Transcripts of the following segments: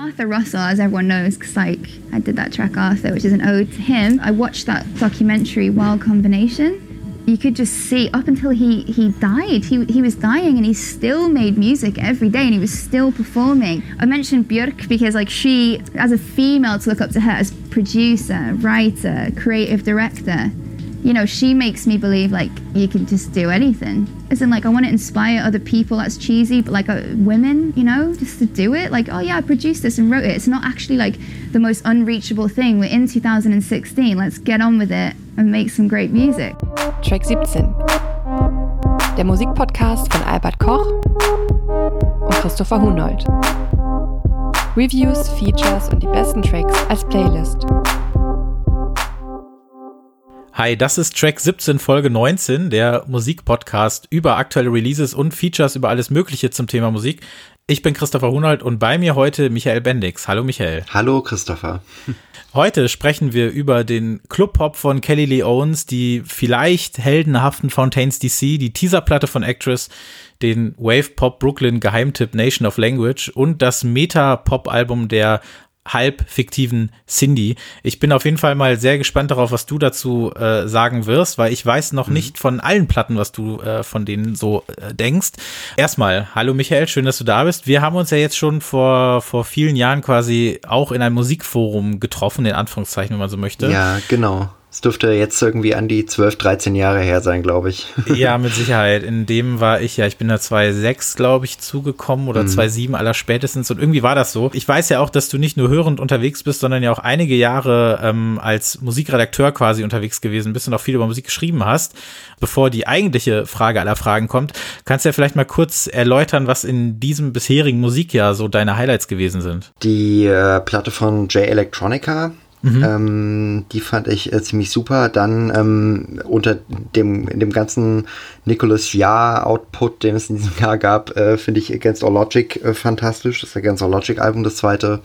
Arthur Russell, as everyone knows, because I did that track Arthur, which is an ode to him. I watched that documentary Wild Combination. You could just see up until he died. He was dying and he still made music every day and he was still performing. I mentioned Björk because she, as a female, to look up to her as producer, writer, creative director, she makes me believe you can just do anything. As in I want to inspire other people. That's cheesy, but women, just to do it. Oh yeah, I produced this and wrote it. It's not actually the most unreachable thing. We're in 2016. Let's get on with it and make some great music. Track 17. Der Musikpodcast von Albert Koch und Christopher Hunold. Reviews, Features und die besten Tracks als Playlist. Hi, das ist Track 17, Folge 19, der Musikpodcast über aktuelle Releases und Features über alles Mögliche zum Thema Musik. Ich bin Christopher Hunold und bei mir heute Michael Bendix. Hallo Michael. Hallo Christopher. Heute sprechen wir über den Club-Pop von Kelly Lee Owens, die vielleicht heldenhaften Fontaines DC, die Teaserplatte von Actress, den Wave-Pop Brooklyn Geheimtipp Nation of Language und das Meta-Pop-Album der halb fiktiven Cindy. Ich bin auf jeden Fall mal sehr gespannt darauf, was du dazu sagen wirst, weil ich weiß noch nicht von allen Platten, was du von denen so denkst. Erstmal, hallo Michael, schön, dass du da bist. Wir haben uns ja jetzt schon vor vielen Jahren quasi auch in einem Musikforum getroffen, in Anführungszeichen, wenn man so möchte. Ja, genau. Es dürfte jetzt irgendwie an die 12, 13 Jahre her sein, glaube ich. Ja, mit Sicherheit. In dem war ich bin da 2006, glaube ich, zugekommen oder 2007 allerspätestens und irgendwie war das so. Ich weiß ja auch, dass du nicht nur hörend unterwegs bist, sondern ja auch einige Jahre als Musikredakteur quasi unterwegs gewesen bist und auch viel über Musik geschrieben hast. Bevor die eigentliche Frage aller Fragen kommt, kannst du ja vielleicht mal kurz erläutern, was in diesem bisherigen Musikjahr so deine Highlights gewesen sind. Die Platte von J Electronica. Die fand ich ziemlich super. Dann in dem ganzen Nicholas Jaar-Output, den es in diesem Jahr gab, finde ich Against All Logic fantastisch. Das Against All Logic Album, das zweite.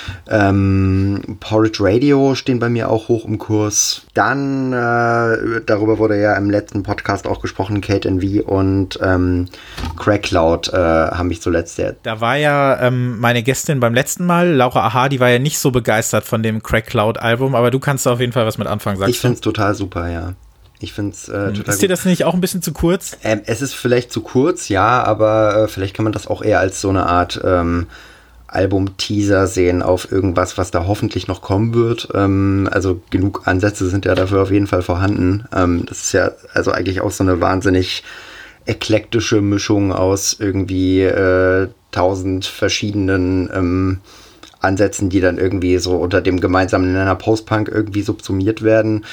Porridge Radio stehen bei mir auch hoch im Kurs. Dann, darüber wurde ja im letzten Podcast auch gesprochen, Kate NV und Craig Cloud haben mich zuletzt sehr... Da war ja meine Gästin beim letzten Mal, Laura Aha, die war ja nicht so begeistert von dem Craig Cloud Album, aber du kannst auf jeden Fall was mit anfangen, sagst du? Ich finde es total super, ja. Ich finde es total gut. Ist dir das nicht auch ein bisschen zu kurz? Es ist vielleicht zu kurz, ja, aber vielleicht kann man das auch eher als so eine Art Album-Teaser sehen auf irgendwas, was da hoffentlich noch kommen wird. Also genug Ansätze sind ja dafür auf jeden Fall vorhanden. Das ist ja also eigentlich auch so eine wahnsinnig eklektische Mischung aus irgendwie 1000 verschiedenen Ansätzen, die dann irgendwie so unter dem gemeinsamen Nenner Post-Punk irgendwie subsumiert werden.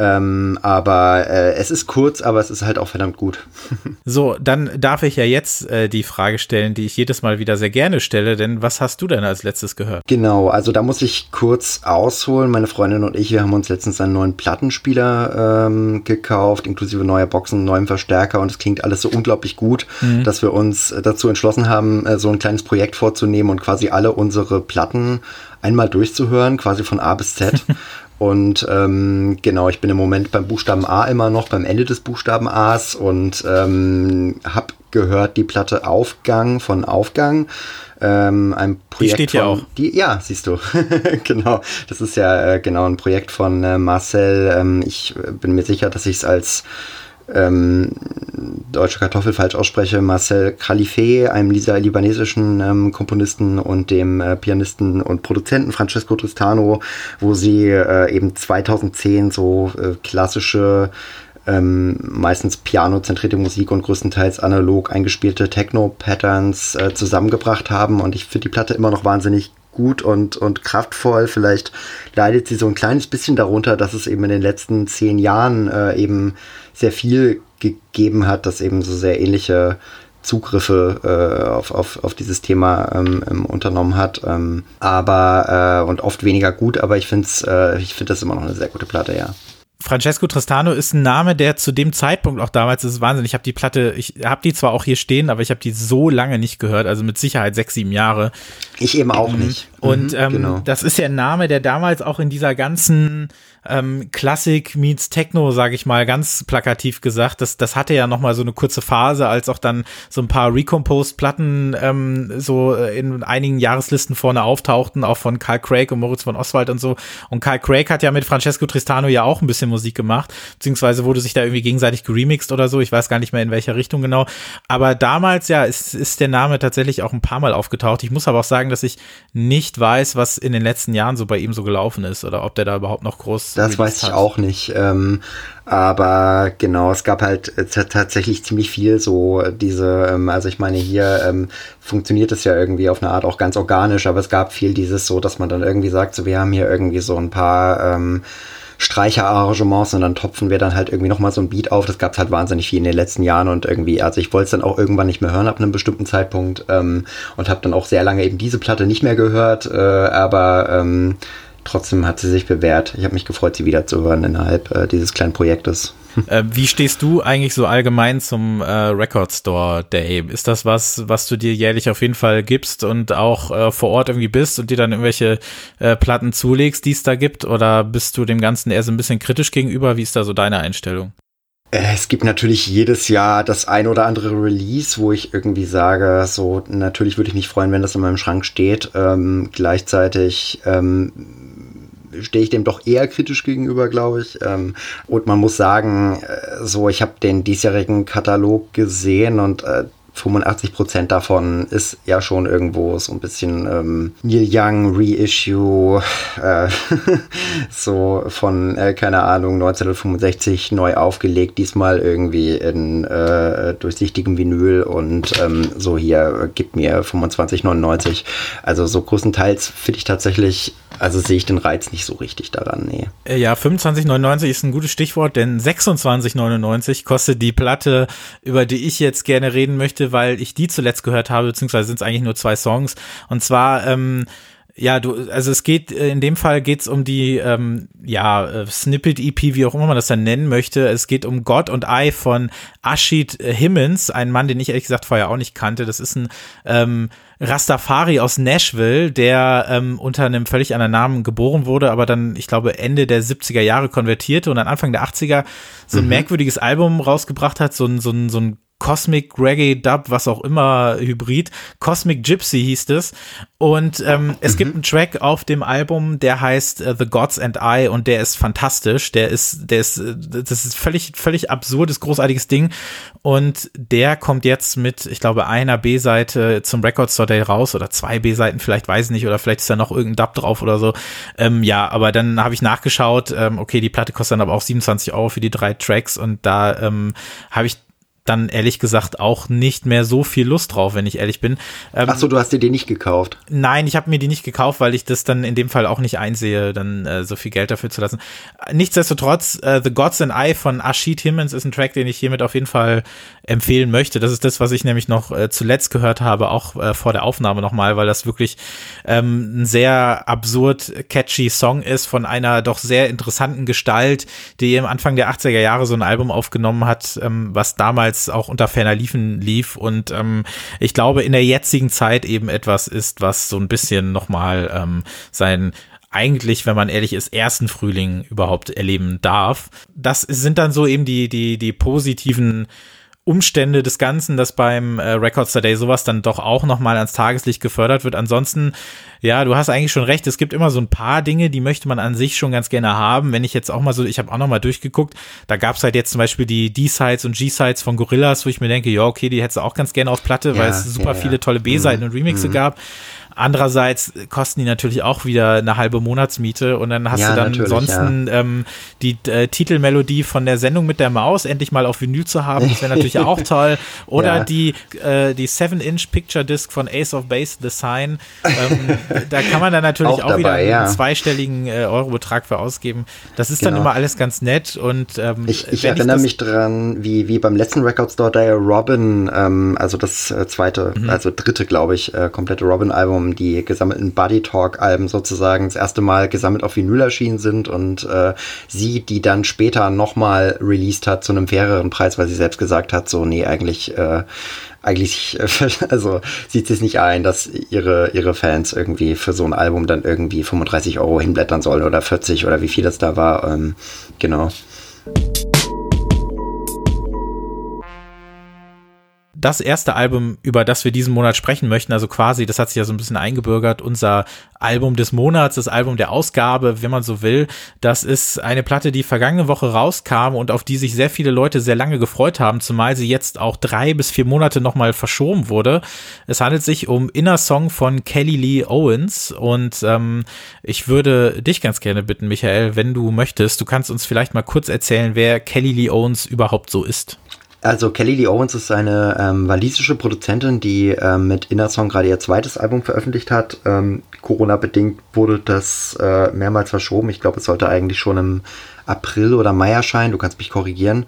Aber es ist kurz, aber es ist halt auch verdammt gut. So, dann darf ich ja jetzt die Frage stellen, die ich jedes Mal wieder sehr gerne stelle, denn was hast du denn als letztes gehört? Genau, also da muss ich kurz ausholen. Meine Freundin und ich, wir haben uns letztens einen neuen Plattenspieler gekauft, inklusive neuer Boxen, neuem Verstärker und es klingt alles so unglaublich gut, dass wir uns dazu entschlossen haben, so ein kleines Projekt vorzunehmen und quasi alle unsere Platten einmal durchzuhören, quasi von A bis Z. Und genau, ich bin im Moment beim Buchstaben A immer noch, beim Ende des Buchstaben A's und habe gehört die Platte Aufgang von Aufgang. Ein Projekt die steht ja auch. Ja, siehst du. Genau, das ist ja genau ein Projekt von Marcel. Ich bin mir sicher, dass ich es als deutsche Kartoffel falsch ausspreche, Marcel Khalife, einem libanesischen Komponisten und dem Pianisten und Produzenten Francesco Tristano, wo sie eben 2010 so klassische, meistens pianozentrierte Musik und größtenteils analog eingespielte Techno-Patterns zusammengebracht haben und ich finde die Platte immer noch wahnsinnig gut und kraftvoll. Vielleicht leidet sie so ein kleines bisschen darunter, dass es eben in den letzten 10 Jahren eben sehr viel gegeben hat, das eben so sehr ähnliche Zugriffe auf dieses Thema unternommen hat. Aber und oft weniger gut, aber ich finde das immer noch eine sehr gute Platte, ja. Francesco Tristano ist ein Name, der zu dem Zeitpunkt auch damals, das ist Wahnsinn, ich habe die zwar auch hier stehen, aber ich habe die so lange nicht gehört, also mit Sicherheit 6, 7 Jahre. Ich eben auch nicht. Und genau. das ist ja ein Name, der damals auch in dieser ganzen Classic meets Techno, sage ich mal, ganz plakativ gesagt, das hatte ja nochmal so eine kurze Phase, als auch dann so ein paar Recomposed-Platten so in einigen Jahreslisten vorne auftauchten, auch von Carl Craig und Moritz von Oswald und so. Und Carl Craig hat ja mit Francesco Tristano ja auch ein bisschen Musik gemacht, beziehungsweise wurde sich da irgendwie gegenseitig geremixed oder so, ich weiß gar nicht mehr in welcher Richtung genau. Aber damals, ja, ist der Name tatsächlich auch ein paar Mal aufgetaucht. Ich muss aber auch sagen, dass ich nicht weiß, was in den letzten Jahren so bei ihm so gelaufen ist oder ob der da überhaupt noch groß das weiß ich auch nicht, aber genau, es gab halt tatsächlich ziemlich viel so diese, also ich meine hier funktioniert es ja irgendwie auf eine Art auch ganz organisch, aber es gab viel dieses so, dass man dann irgendwie sagt, so wir haben hier irgendwie so ein paar Streicherarrangements und dann topfen wir dann halt irgendwie nochmal so ein Beat auf. Das gab es halt wahnsinnig viel in den letzten Jahren und irgendwie, also ich wollte es dann auch irgendwann nicht mehr hören ab einem bestimmten Zeitpunkt und habe dann auch sehr lange eben diese Platte nicht mehr gehört, aber trotzdem hat sie sich bewährt. Ich habe mich gefreut, sie wieder zu hören innerhalb dieses kleinen Projektes. Wie stehst du eigentlich so allgemein zum Record Store Day? Ist das was du dir jährlich auf jeden Fall gibst und auch vor Ort irgendwie bist und dir dann irgendwelche Platten zulegst, die es da gibt? Oder bist du dem Ganzen eher so ein bisschen kritisch gegenüber? Wie ist da so deine Einstellung? Es gibt natürlich jedes Jahr das ein oder andere Release, wo ich irgendwie sage, so natürlich würde ich mich freuen, wenn das in meinem Schrank steht. Gleichzeitig stehe ich dem doch eher kritisch gegenüber, glaube ich. Und man muss sagen, so ich habe den diesjährigen Katalog gesehen und 85% davon ist ja schon irgendwo so ein bisschen Neil Young Reissue, so von, keine Ahnung, 1965 neu aufgelegt, diesmal irgendwie in durchsichtigem Vinyl und so hier, gib mir 25,99. Also so größtenteils finde ich tatsächlich, also sehe ich den Reiz nicht so richtig daran, nee. Ja, 25,99 ist ein gutes Stichwort, denn 26,99 kostet die Platte, über die ich jetzt gerne reden möchte, weil ich die zuletzt gehört habe, beziehungsweise sind es eigentlich nur 2 Songs. Und zwar, also es geht, in dem Fall geht's um die, Snippet-EP, wie auch immer man das dann nennen möchte. Es geht um God und I von Ashid Himmons, ein Mann, den ich ehrlich gesagt vorher auch nicht kannte. Das ist ein Rastafari aus Nashville, der unter einem völlig anderen Namen geboren wurde, aber dann, ich glaube, Ende der 70er Jahre konvertierte und dann Anfang der 80er so ein merkwürdiges Album rausgebracht hat, so ein Cosmic Reggae Dub, was auch immer, Hybrid. Cosmic Gypsy hieß es. Und es gibt einen Track auf dem Album, der heißt The Gods and I und der ist fantastisch. Das ist völlig absurdes, großartiges Ding. Und der kommt jetzt mit, ich glaube, einer B-Seite zum Record Store Day raus oder 2 B-Seiten, vielleicht weiß ich nicht, oder vielleicht ist da noch irgendein Dub drauf oder so. Aber dann habe ich nachgeschaut, okay, die Platte kostet dann aber auch 27 € für die 3 Tracks und da habe ich dann ehrlich gesagt auch nicht mehr so viel Lust drauf, wenn ich ehrlich bin. Ach so, du hast dir die nicht gekauft? Nein, ich habe mir die nicht gekauft, weil ich das dann in dem Fall auch nicht einsehe, dann so viel Geld dafür zu lassen. Nichtsdestotrotz, The Gods and I von Ashid Himmons ist ein Track, den ich hiermit auf jeden Fall empfehlen möchte. Das ist das, was ich nämlich noch zuletzt gehört habe, auch vor der Aufnahme nochmal, weil das wirklich ein sehr absurd catchy Song ist von einer doch sehr interessanten Gestalt, die am Anfang der 80er Jahre so ein Album aufgenommen hat, was damals auch unter ferner Liefen lief und ich glaube in der jetzigen Zeit eben etwas ist, was so ein bisschen nochmal sein eigentlich, wenn man ehrlich ist, ersten Frühling überhaupt erleben darf. Das sind dann so eben die positiven Umstände des Ganzen, dass beim Record Store Day sowas dann doch auch nochmal ans Tageslicht gefördert wird. Ansonsten, ja, du hast eigentlich schon recht, es gibt immer so ein paar Dinge, die möchte man an sich schon ganz gerne haben. Wenn ich jetzt auch mal so, ich habe auch nochmal durchgeguckt, da gab es halt jetzt zum Beispiel die D-Sides und G-Sides von Gorillaz, wo ich mir denke, ja, okay, die hättest du auch ganz gerne auf Platte, weil es super viele tolle B-Seiten und Remixe gab. Andererseits kosten die natürlich auch wieder eine halbe Monatsmiete und dann hast du dann ansonsten die Titelmelodie von der Sendung mit der Maus endlich mal auf Vinyl zu haben, das wäre natürlich auch toll. Oder die 7-Inch Picture Disc von Ace of Base, The Sign. Da kann man dann natürlich auch wieder einen zweistelligen Eurobetrag für ausgeben. Das ist dann immer alles ganz nett und ich erinnere mich dran, wie beim letzten Record Store Day Robin, also das dritte, glaube ich, komplette Robin-Album, Album die gesammelten Body Talk-Alben sozusagen das erste Mal gesammelt auf Vinyl erschienen sind und sie die dann später nochmal released hat zu einem faireren Preis, weil sie selbst gesagt hat, so nee, eigentlich also sieht sie es nicht ein, dass ihre Fans irgendwie für so ein Album dann irgendwie 35 € hinblättern sollen oder 40 oder wie viel das da war. Genau. Das erste Album, über das wir diesen Monat sprechen möchten, also quasi, das hat sich ja so ein bisschen eingebürgert, unser Album des Monats, das Album der Ausgabe, wenn man so will, das ist eine Platte, die vergangene Woche rauskam und auf die sich sehr viele Leute sehr lange gefreut haben, zumal sie jetzt auch 3 bis 4 Monate nochmal verschoben wurde. Es handelt sich um Inner Song von Kelly Lee Owens und ich würde dich ganz gerne bitten, Michael, wenn du möchtest, du kannst uns vielleicht mal kurz erzählen, wer Kelly Lee Owens überhaupt so ist. Also Kelly Lee Owens ist eine walisische Produzentin, die mit Inner Song gerade ihr zweites Album veröffentlicht hat. Corona-bedingt wurde das mehrmals verschoben. Ich glaube, es sollte eigentlich schon im April oder Mai erscheinen. Du kannst mich korrigieren.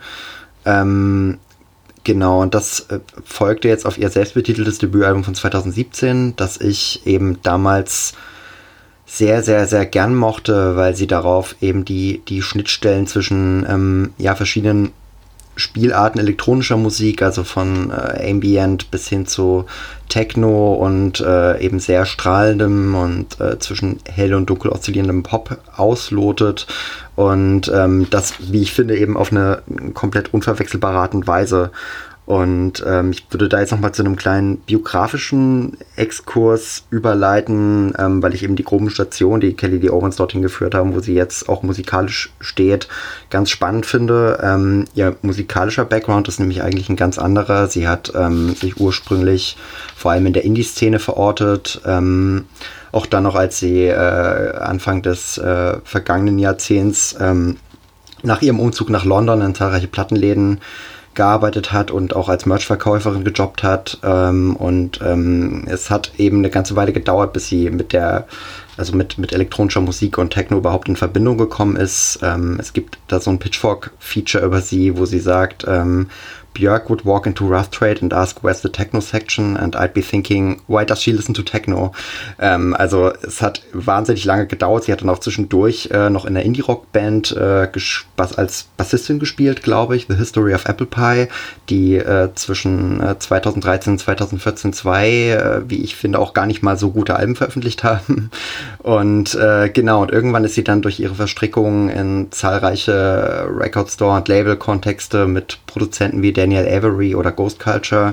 Genau, und das folgte jetzt auf ihr selbstbetiteltes Debütalbum von 2017, das ich eben damals sehr, sehr, sehr gern mochte, weil sie darauf eben die Schnittstellen zwischen verschiedenen Spielarten elektronischer Musik, also von Ambient bis hin zu Techno und eben sehr strahlendem und zwischen hell und dunkel oszillierendem Pop auslotet und das, wie ich finde, eben auf eine komplett unverwechselbare Art und Weise. Und ich würde da jetzt nochmal zu einem kleinen biografischen Exkurs überleiten, weil ich eben die groben Stationen, die Kelly Lee Owens dorthin geführt haben, wo sie jetzt auch musikalisch steht, ganz spannend finde. Ihr musikalischer Background ist nämlich eigentlich ein ganz anderer. Sie hat sich ursprünglich vor allem in der Indie-Szene verortet, auch dann noch, als sie Anfang des vergangenen Jahrzehnts nach ihrem Umzug nach London in zahlreiche Plattenläden gearbeitet hat und auch als Merch-Verkäuferin gejobbt hat. Es hat eben eine ganze Weile gedauert, bis sie mit elektronischer Musik und Techno überhaupt in Verbindung gekommen ist. Es gibt da so ein Pitchfork-Feature über sie, wo sie sagt, Björk would walk into Rough Trade and ask, where's the techno section? And I'd be thinking, why does she listen to techno? Also es hat wahnsinnig lange gedauert. Sie hat dann auch zwischendurch noch in der Indie-Rock-Band als Bassistin gespielt, glaube ich, The History of Apple Pie, die zwischen 2013 und 2014 wie ich finde, auch gar nicht mal so gute Alben veröffentlicht haben. Und und irgendwann ist sie dann durch ihre Verstrickung in zahlreiche Record-Store- und Label-Kontexte mit Produzenten wie Daniel Avery oder Ghost Culture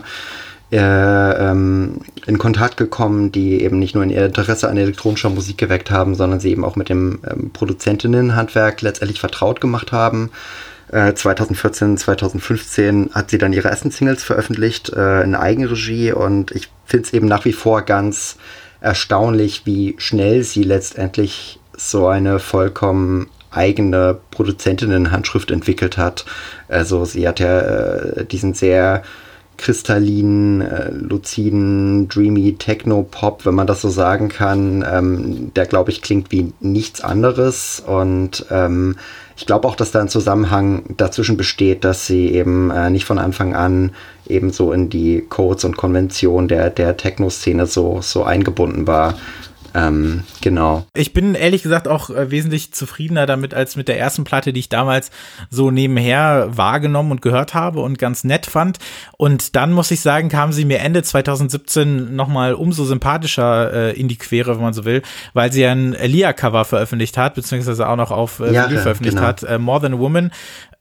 in Kontakt gekommen, die eben nicht nur ihr Interesse an elektronischer Musik geweckt haben, sondern sie eben auch mit dem Produzentinnenhandwerk letztendlich vertraut gemacht haben. 2014, 2015 hat sie dann ihre ersten Singles veröffentlicht in Eigenregie und ich finde es eben nach wie vor ganz erstaunlich, wie schnell sie letztendlich so eine vollkommen eigene Produzentinnenhandschrift entwickelt hat. Also sie hat ja diesen sehr kristallinen, luziden, dreamy Techno-Pop, wenn man das so sagen kann, der, glaube ich, klingt wie nichts anderes und ich glaube auch, dass da ein Zusammenhang dazwischen besteht, dass sie eben nicht von Anfang an eben so in die Codes und Konventionen der Techno-Szene so eingebunden war. Genau. Ich bin ehrlich gesagt auch wesentlich zufriedener damit als mit der ersten Platte, die ich damals so nebenher wahrgenommen und gehört habe und ganz nett fand. Und dann muss ich sagen, kam sie mir Ende 2017 nochmal umso sympathischer in die Quere, wenn man so will, weil sie ein Aaliyah-Cover veröffentlicht hat, beziehungsweise auch noch auf Vinyl veröffentlicht hat, More Than a Woman,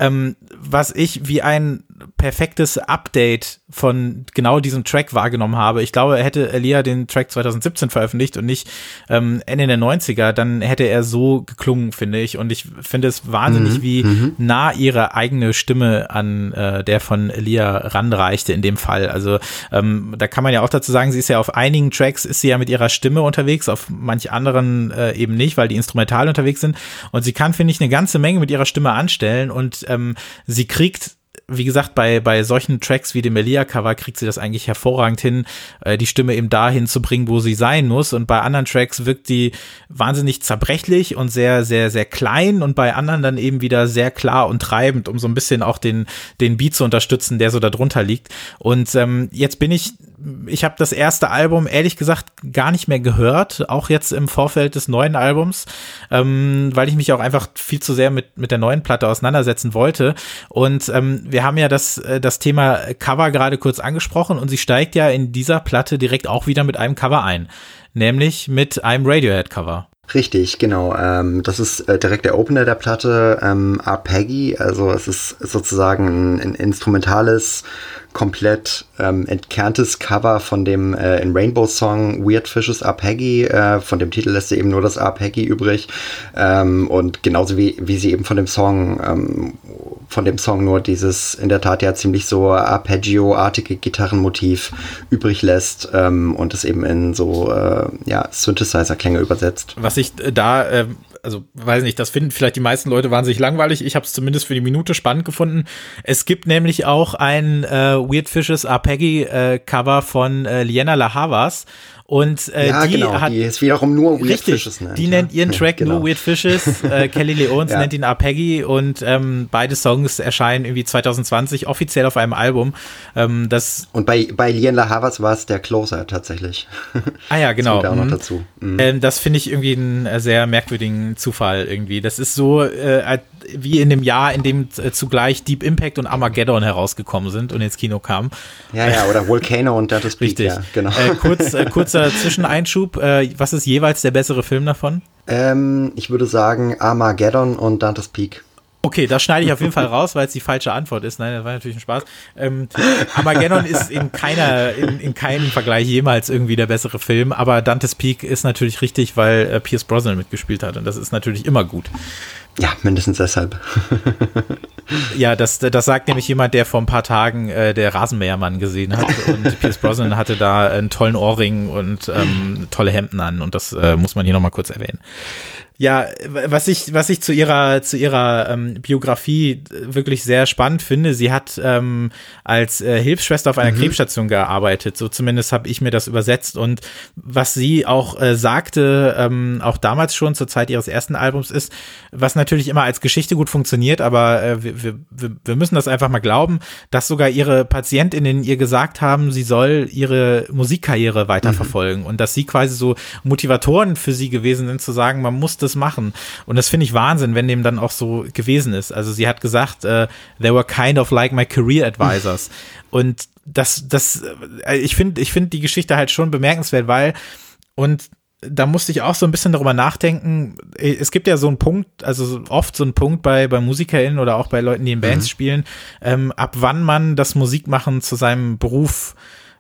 was ich wie ein perfektes Update von genau diesem Track wahrgenommen habe. Ich glaube, hätte Aaliyah den Track 2017 veröffentlicht und nicht Ende der 90er, dann hätte er so geklungen, finde ich. Und ich finde es wahnsinnig, wie nah ihre eigene Stimme an der von Aaliyah ranreichte in dem Fall. Also da kann man ja auch dazu sagen, sie ist ja auf einigen Tracks, ist sie ja mit ihrer Stimme unterwegs, auf manch anderen eben nicht, weil die instrumental unterwegs sind. Und sie kann, finde ich, eine ganze Menge mit ihrer Stimme anstellen und sie kriegt, wie gesagt, bei solchen Tracks wie dem Aaliyah-Cover kriegt sie das eigentlich hervorragend hin, die Stimme eben dahin zu bringen, wo sie sein muss. Und bei anderen Tracks wirkt die wahnsinnig zerbrechlich und sehr, sehr, sehr klein und bei anderen dann eben wieder sehr klar und treibend, um so ein bisschen auch den Beat zu unterstützen, der so da drunter liegt. Und jetzt bin ich ich habe das erste Album ehrlich gesagt gar nicht mehr gehört, auch jetzt im Vorfeld des neuen Albums, weil ich mich auch einfach viel zu sehr mit der neuen Platte auseinandersetzen wollte. Und wir haben ja das Thema Cover gerade kurz angesprochen und sie steigt ja in dieser Platte direkt auch wieder mit einem Cover ein, nämlich mit einem Radiohead-Cover. Richtig, genau. Das ist direkt der Opener der Platte, Arpeggi. Also es ist sozusagen ein instrumentales, komplett entkerntes Cover von dem in Rainbow-Song Weird Fishes Arpeggi. Von dem Titel lässt sie eben nur das Arpeggi übrig. Und genauso wie sie eben von dem Song nur dieses in der Tat ja ziemlich so Arpeggio-artige Gitarrenmotiv übrig lässt und es eben in so Synthesizer-Klänge übersetzt. Was ich da, also weiß nicht, das finden vielleicht die meisten Leute wahnsinnig langweilig. Ich habe es zumindest für die Minute spannend gefunden. Es gibt nämlich auch ein Weird Fishes Arpeggi-Cover von Liana La Havas. Und die ist wiederum nur Weird Fishes nennt. Die nennt ihren Track nur Weird Fishes. Kelly Lee Owens nennt ihn Arpeggi und beide Songs erscheinen irgendwie 2020 offiziell auf einem Album. Und bei Liana La Havas war es der Closer tatsächlich. Ah ja, genau. Das kommt auch noch dazu. Das finde ich irgendwie einen sehr merkwürdigen Zufall irgendwie. Das ist so wie in dem Jahr, in dem zugleich Deep Impact und Armageddon herausgekommen sind und ins Kino kamen. Ja, oder Volcano und Dante's Peak. Richtig. Ja, genau. Kurzer Zwischeneinschub. Was ist jeweils der bessere Film davon? Ich würde sagen Armageddon und Dante's Peak. Okay, das schneide ich auf jeden Fall raus, weil es die falsche Antwort ist. Nein, das war natürlich ein Spaß. Armageddon ist in keinem Vergleich jemals irgendwie der bessere Film, aber Dante's Peak ist natürlich richtig, weil Pierce Brosnan mitgespielt hat und das ist natürlich immer gut. Ja, mindestens deshalb. Ja, das sagt nämlich jemand, der vor ein paar Tagen der Rasenmähermann gesehen hat und Pierce Brosnan hatte da einen tollen Ohrring und tolle Hemden an und das muss man hier nochmal kurz erwähnen. Ja, was ich zu ihrer Biografie wirklich sehr spannend finde, sie hat als Hilfsschwester auf einer Krebsstation gearbeitet, so zumindest habe ich mir das übersetzt und was sie auch sagte, auch damals schon zur Zeit ihres ersten Albums ist, was natürlich immer als Geschichte gut funktioniert, aber wir müssen das einfach mal glauben, dass sogar ihre PatientInnen ihr gesagt haben, sie soll ihre Musikkarriere weiterverfolgen und dass sie quasi so Motivatoren für sie gewesen sind, zu sagen, man muss das machen. Und das finde ich Wahnsinn, wenn dem dann auch so gewesen ist. Also sie hat gesagt, they were kind of like my career advisors. Und ich finde die Geschichte halt schon bemerkenswert, weil, und da musste ich auch so ein bisschen darüber nachdenken, es gibt ja so einen Punkt, also oft so einen Punkt bei MusikerInnen oder auch bei Leuten, die in Bands spielen, ab wann man das Musikmachen zu seinem Beruf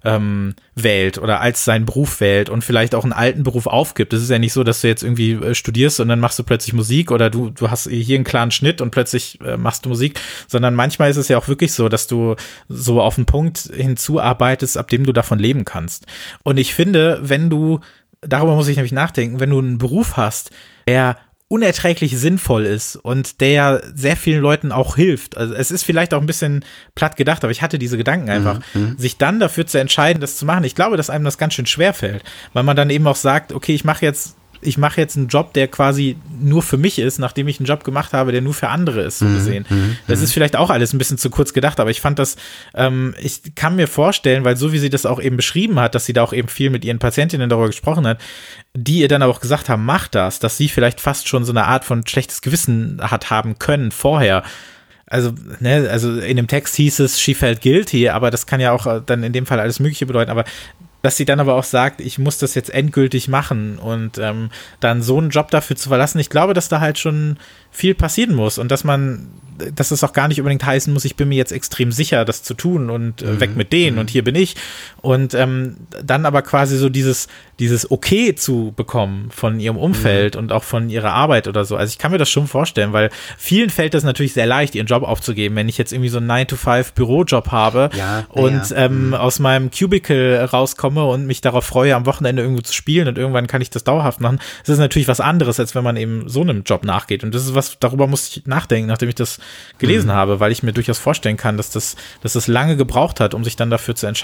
wählt oder als seinen Beruf wählt und vielleicht auch einen alten Beruf aufgibt. Es ist ja nicht so, dass du jetzt irgendwie studierst und dann machst du plötzlich Musik oder du hast hier einen klaren Schnitt und plötzlich machst du Musik, sondern manchmal ist es ja auch wirklich so, dass du so auf einen Punkt hinzuarbeitest, ab dem du davon leben kannst. Und ich finde, darüber muss ich nämlich nachdenken, wenn du einen Beruf hast, der unerträglich sinnvoll ist und der sehr vielen Leuten auch hilft. Also es ist vielleicht auch ein bisschen platt gedacht, aber ich hatte diese Gedanken einfach, sich dann dafür zu entscheiden, das zu machen. Ich glaube, dass einem das ganz schön schwer fällt, weil man dann eben auch sagt, okay, ich mache jetzt einen Job, der quasi nur für mich ist, nachdem ich einen Job gemacht habe, der nur für andere ist, so gesehen. Das ist vielleicht auch alles ein bisschen zu kurz gedacht, aber ich fand das, ich kann mir vorstellen, weil so wie sie das auch eben beschrieben hat, dass sie da auch eben viel mit ihren Patientinnen darüber gesprochen hat, die ihr dann aber auch gesagt haben, mach das, dass sie vielleicht fast schon so eine Art von schlechtes Gewissen haben können vorher. Also in dem Text hieß es, she felt guilty, aber das kann ja auch dann in dem Fall alles Mögliche bedeuten, aber dass sie dann aber auch sagt, ich muss das jetzt endgültig machen und dann so einen Job dafür zu verlassen, ich glaube, dass da halt schon viel passieren muss und dass es auch gar nicht unbedingt heißen muss, ich bin mir jetzt extrem sicher, das zu tun und weg mit denen und hier bin ich und dann aber quasi so dieses Okay zu bekommen von ihrem Umfeld und auch von ihrer Arbeit oder so. Also ich kann mir das schon vorstellen, weil vielen fällt das natürlich sehr leicht, ihren Job aufzugeben, wenn ich jetzt irgendwie so einen 9-to-5 Bürojob habe und aus meinem Cubicle rauskomme und mich darauf freue, am Wochenende irgendwo zu spielen und irgendwann kann ich das dauerhaft machen. Das ist natürlich was anderes, als wenn man eben so einem Job nachgeht und das ist was, darüber musste ich nachdenken, nachdem ich das gelesen habe, weil ich mir durchaus vorstellen kann, dass das lange gebraucht hat, um sich dann dafür zu entscheiden.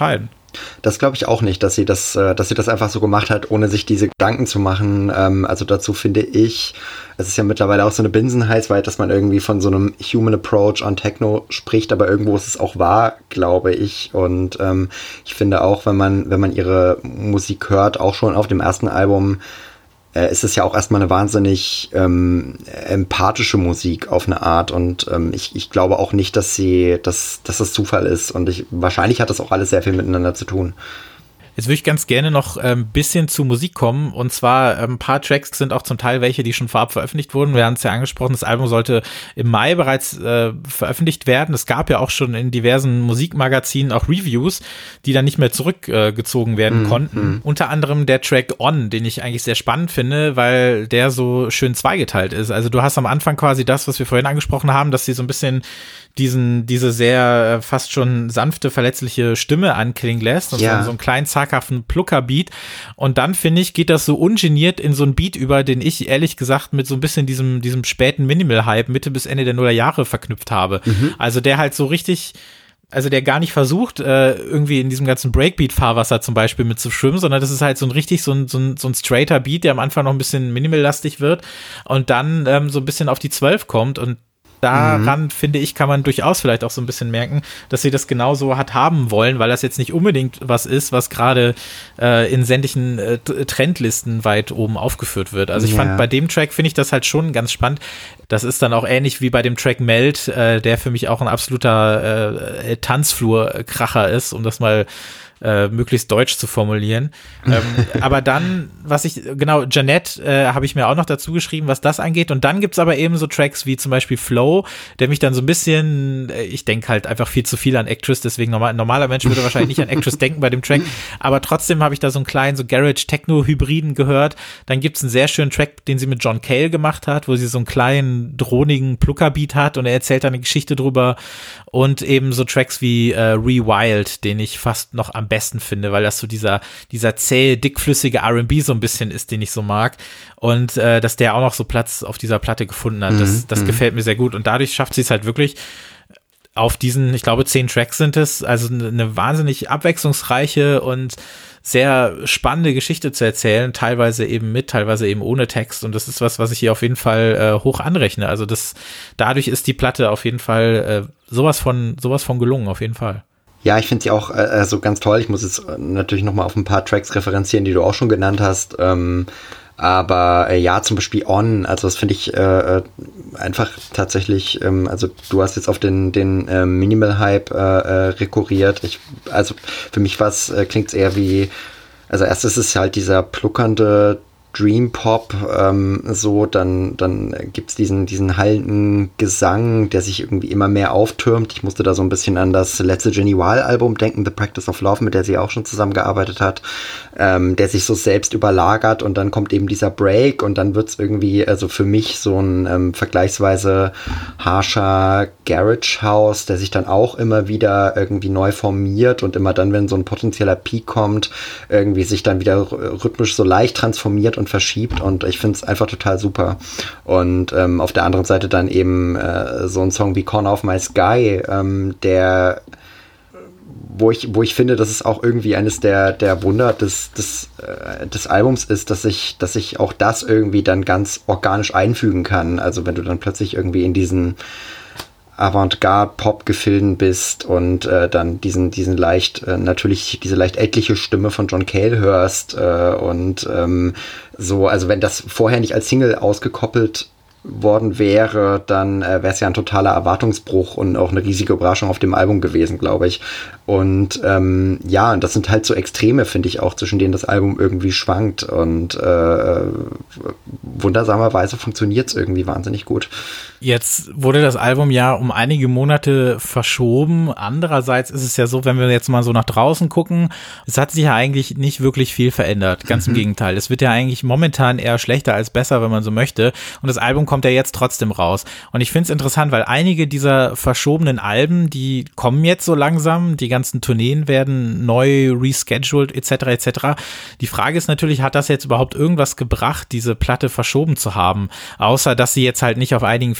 Das glaube ich auch nicht, dass sie das einfach so gemacht hat, ohne sich diese Gedanken zu machen. Also dazu finde ich, es ist ja mittlerweile auch so eine Binsenheitsweit, dass man irgendwie von so einem Human Approach on Techno spricht, aber irgendwo ist es auch wahr, glaube ich. Und ich finde auch, wenn man ihre Musik hört, auch schon auf dem ersten Album, ist es ja auch erstmal eine wahnsinnig empathische Musik auf eine Art, und ich glaube auch nicht, dass das Zufall ist, und wahrscheinlich hat das auch alles sehr viel miteinander zu tun. Jetzt würde ich ganz gerne noch ein bisschen zu Musik kommen, und zwar ein paar Tracks sind auch zum Teil welche, die schon vorab veröffentlicht wurden. Wir haben es ja angesprochen, das Album sollte im Mai bereits veröffentlicht werden. Es gab ja auch schon in diversen Musikmagazinen auch Reviews, die dann nicht mehr zurückgezogen werden konnten. Unter anderem der Track On, den ich eigentlich sehr spannend finde, weil der so schön zweigeteilt ist. Also du hast am Anfang quasi das, was wir vorhin angesprochen haben, dass sie so ein bisschen diese sehr fast schon sanfte, verletzliche Stimme anklingen lässt und so einen kleinen zaghaften Plucker-Beat, und dann, finde ich, geht das so ungeniert in so einen Beat über, den ich ehrlich gesagt mit so ein bisschen diesem späten Minimal-Hype Mitte bis Ende der Nullerjahre verknüpft habe. Also der halt so richtig, also der gar nicht versucht, irgendwie in diesem ganzen Breakbeat-Fahrwasser zum Beispiel mitzuschwimmen, sondern das ist halt so ein richtig so ein straighter Beat, der am Anfang noch ein bisschen minimallastig wird und dann so ein bisschen auf die 12 kommt, und daran, finde ich, kann man durchaus vielleicht auch so ein bisschen merken, dass sie das genauso hat haben wollen, weil das jetzt nicht unbedingt was ist, was gerade in sämtlichen Trendlisten weit oben aufgeführt wird. Also ich fand, bei dem Track finde ich das halt schon ganz spannend. Das ist dann auch ähnlich wie bei dem Track Melt, der für mich auch ein absoluter Tanzflur-Kracher ist, um das mal möglichst deutsch zu formulieren. Aber dann, Jeanette habe ich mir auch noch dazu geschrieben, was das angeht. Und dann gibt's aber eben so Tracks wie zum Beispiel Flow, der mich dann so ein bisschen, ich denke halt einfach viel zu viel an Actress, deswegen normaler Mensch würde wahrscheinlich nicht an Actress denken bei dem Track, aber trotzdem habe ich da so einen kleinen, so Garage-Techno-Hybriden gehört. Dann gibt's einen sehr schönen Track, den sie mit John Cale gemacht hat, wo sie so einen kleinen, dronigen Plucker-Beat hat, und er erzählt da eine Geschichte drüber, und eben so Tracks wie Rewild, den ich fast noch am besten finde, weil das so dieser zähe, dickflüssige R&B so ein bisschen ist, den ich so mag, und dass der auch noch so Platz auf dieser Platte gefunden hat, das gefällt mir sehr gut, und dadurch schafft sie es halt wirklich auf diesen, ich glaube 10 Tracks sind es, also eine wahnsinnig abwechslungsreiche und sehr spannende Geschichte zu erzählen, teilweise eben mit, teilweise eben ohne Text, und das ist was ich hier auf jeden Fall hoch anrechne, also dadurch ist die Platte auf jeden Fall sowas von gelungen, auf jeden Fall. Ja, ich finde sie auch so ganz toll. Ich muss jetzt natürlich nochmal auf ein paar Tracks referenzieren, die du auch schon genannt hast. Aber zum Beispiel On, also das finde ich einfach tatsächlich, also du hast jetzt auf den Minimal-Hype rekurriert. Also für mich klingt es eher wie, also erst ist es halt dieser pluckernde Dream Pop, dann gibt's diesen hallenden Gesang, der sich irgendwie immer mehr auftürmt. Ich musste da so ein bisschen an das letzte Jenny Wahl-Album denken, The Practice of Love, mit der sie auch schon zusammengearbeitet hat, der sich so selbst überlagert, und dann kommt eben dieser Break, und dann wird's irgendwie, also für mich so ein vergleichsweise harscher Garage House, der sich dann auch immer wieder irgendwie neu formiert und immer dann, wenn so ein potenzieller Peak kommt, irgendwie sich dann wieder rhythmisch so leicht transformiert und verschiebt, und ich finde es einfach total super. Und auf der anderen Seite dann eben so ein Song wie Corner of My Sky, wo ich finde, dass es auch irgendwie eines der Wunder des Albums ist, dass ich auch das irgendwie dann ganz organisch einfügen kann. Also wenn du dann plötzlich irgendwie in diesen Avantgarde-Pop-Gefilden bist und dann diese leicht ältliche Stimme von John Cale hörst und so, also wenn das vorher nicht als Single ausgekoppelt worden wäre, dann wäre es ja ein totaler Erwartungsbruch und auch eine riesige Überraschung auf dem Album gewesen, glaube ich. Und und das sind halt so Extreme, finde ich auch, zwischen denen das Album irgendwie schwankt, und wundersamerweise funktioniert es irgendwie wahnsinnig gut. Jetzt wurde das Album ja um einige Monate verschoben. Andererseits ist es ja so, wenn wir jetzt mal so nach draußen gucken, es hat sich ja eigentlich nicht wirklich viel verändert. Ganz im Gegenteil. Es wird ja eigentlich momentan eher schlechter als besser, wenn man so möchte. Und das Album kommt ja jetzt trotzdem raus. Und ich finde es interessant, weil einige dieser verschobenen Alben, die kommen jetzt so langsam. Die ganzen Tourneen werden neu rescheduled etc. etc. Die Frage ist natürlich, hat das jetzt überhaupt irgendwas gebracht, diese Platte verschoben zu haben? Außer, dass sie jetzt halt nicht auf einigen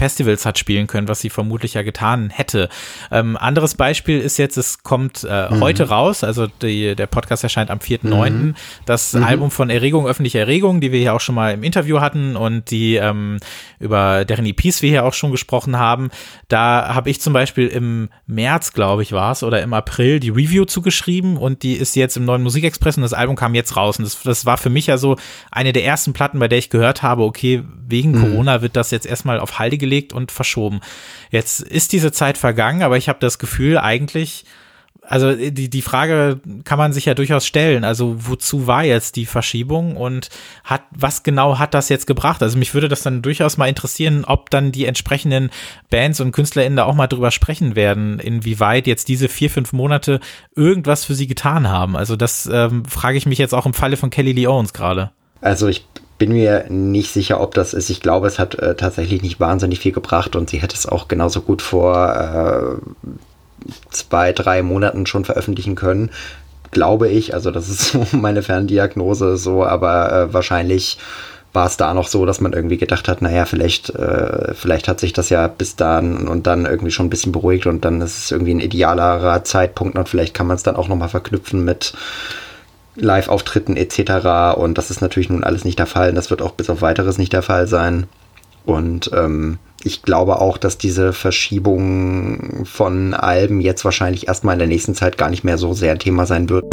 Festivals hat spielen können, was sie vermutlich ja getan hätte. Anderes Beispiel ist jetzt, es kommt heute raus, also der Podcast erscheint am 4.9., das Album von Erregung, öffentliche Erregung, die wir hier auch schon mal im Interview hatten und die über deren EPs wir hier auch schon gesprochen haben. Da habe ich zum Beispiel im März, glaube ich, war es, oder im April die Review zugeschrieben und die ist jetzt im neuen Musikexpress und das Album kam jetzt raus. Und das war für mich ja so eine der ersten Platten, bei der ich gehört habe, okay, wegen Corona wird das jetzt erstmal auf Halde gelegt und verschoben. Jetzt ist diese Zeit vergangen, aber ich habe das Gefühl, eigentlich, also die Frage kann man sich ja durchaus stellen, also wozu war jetzt die Verschiebung und was genau hat das jetzt gebracht? Also mich würde das dann durchaus mal interessieren, ob dann die entsprechenden Bands und KünstlerInnen da auch mal drüber sprechen werden, inwieweit jetzt diese 4-5 Monate irgendwas für sie getan haben. Also das frage ich mich jetzt auch im Falle von Kelly Lee Owens gerade. Also ich bin mir nicht sicher, ob das ist. Ich glaube, es hat tatsächlich nicht wahnsinnig viel gebracht und sie hätte es auch genauso gut vor 2-3 Monaten schon veröffentlichen können, glaube ich. Also das ist so meine Ferndiagnose so, aber wahrscheinlich war es da noch so, dass man irgendwie gedacht hat, naja, vielleicht hat sich das ja bis dann und dann irgendwie schon ein bisschen beruhigt und dann ist es irgendwie ein idealerer Zeitpunkt und vielleicht kann man es dann auch nochmal verknüpfen mit Live-Auftritten etc. Und das ist natürlich nun alles nicht der Fall. Das wird auch bis auf Weiteres nicht der Fall sein. Und ich glaube auch, dass diese Verschiebung von Alben jetzt wahrscheinlich erstmal in der nächsten Zeit gar nicht mehr so sehr ein Thema sein wird.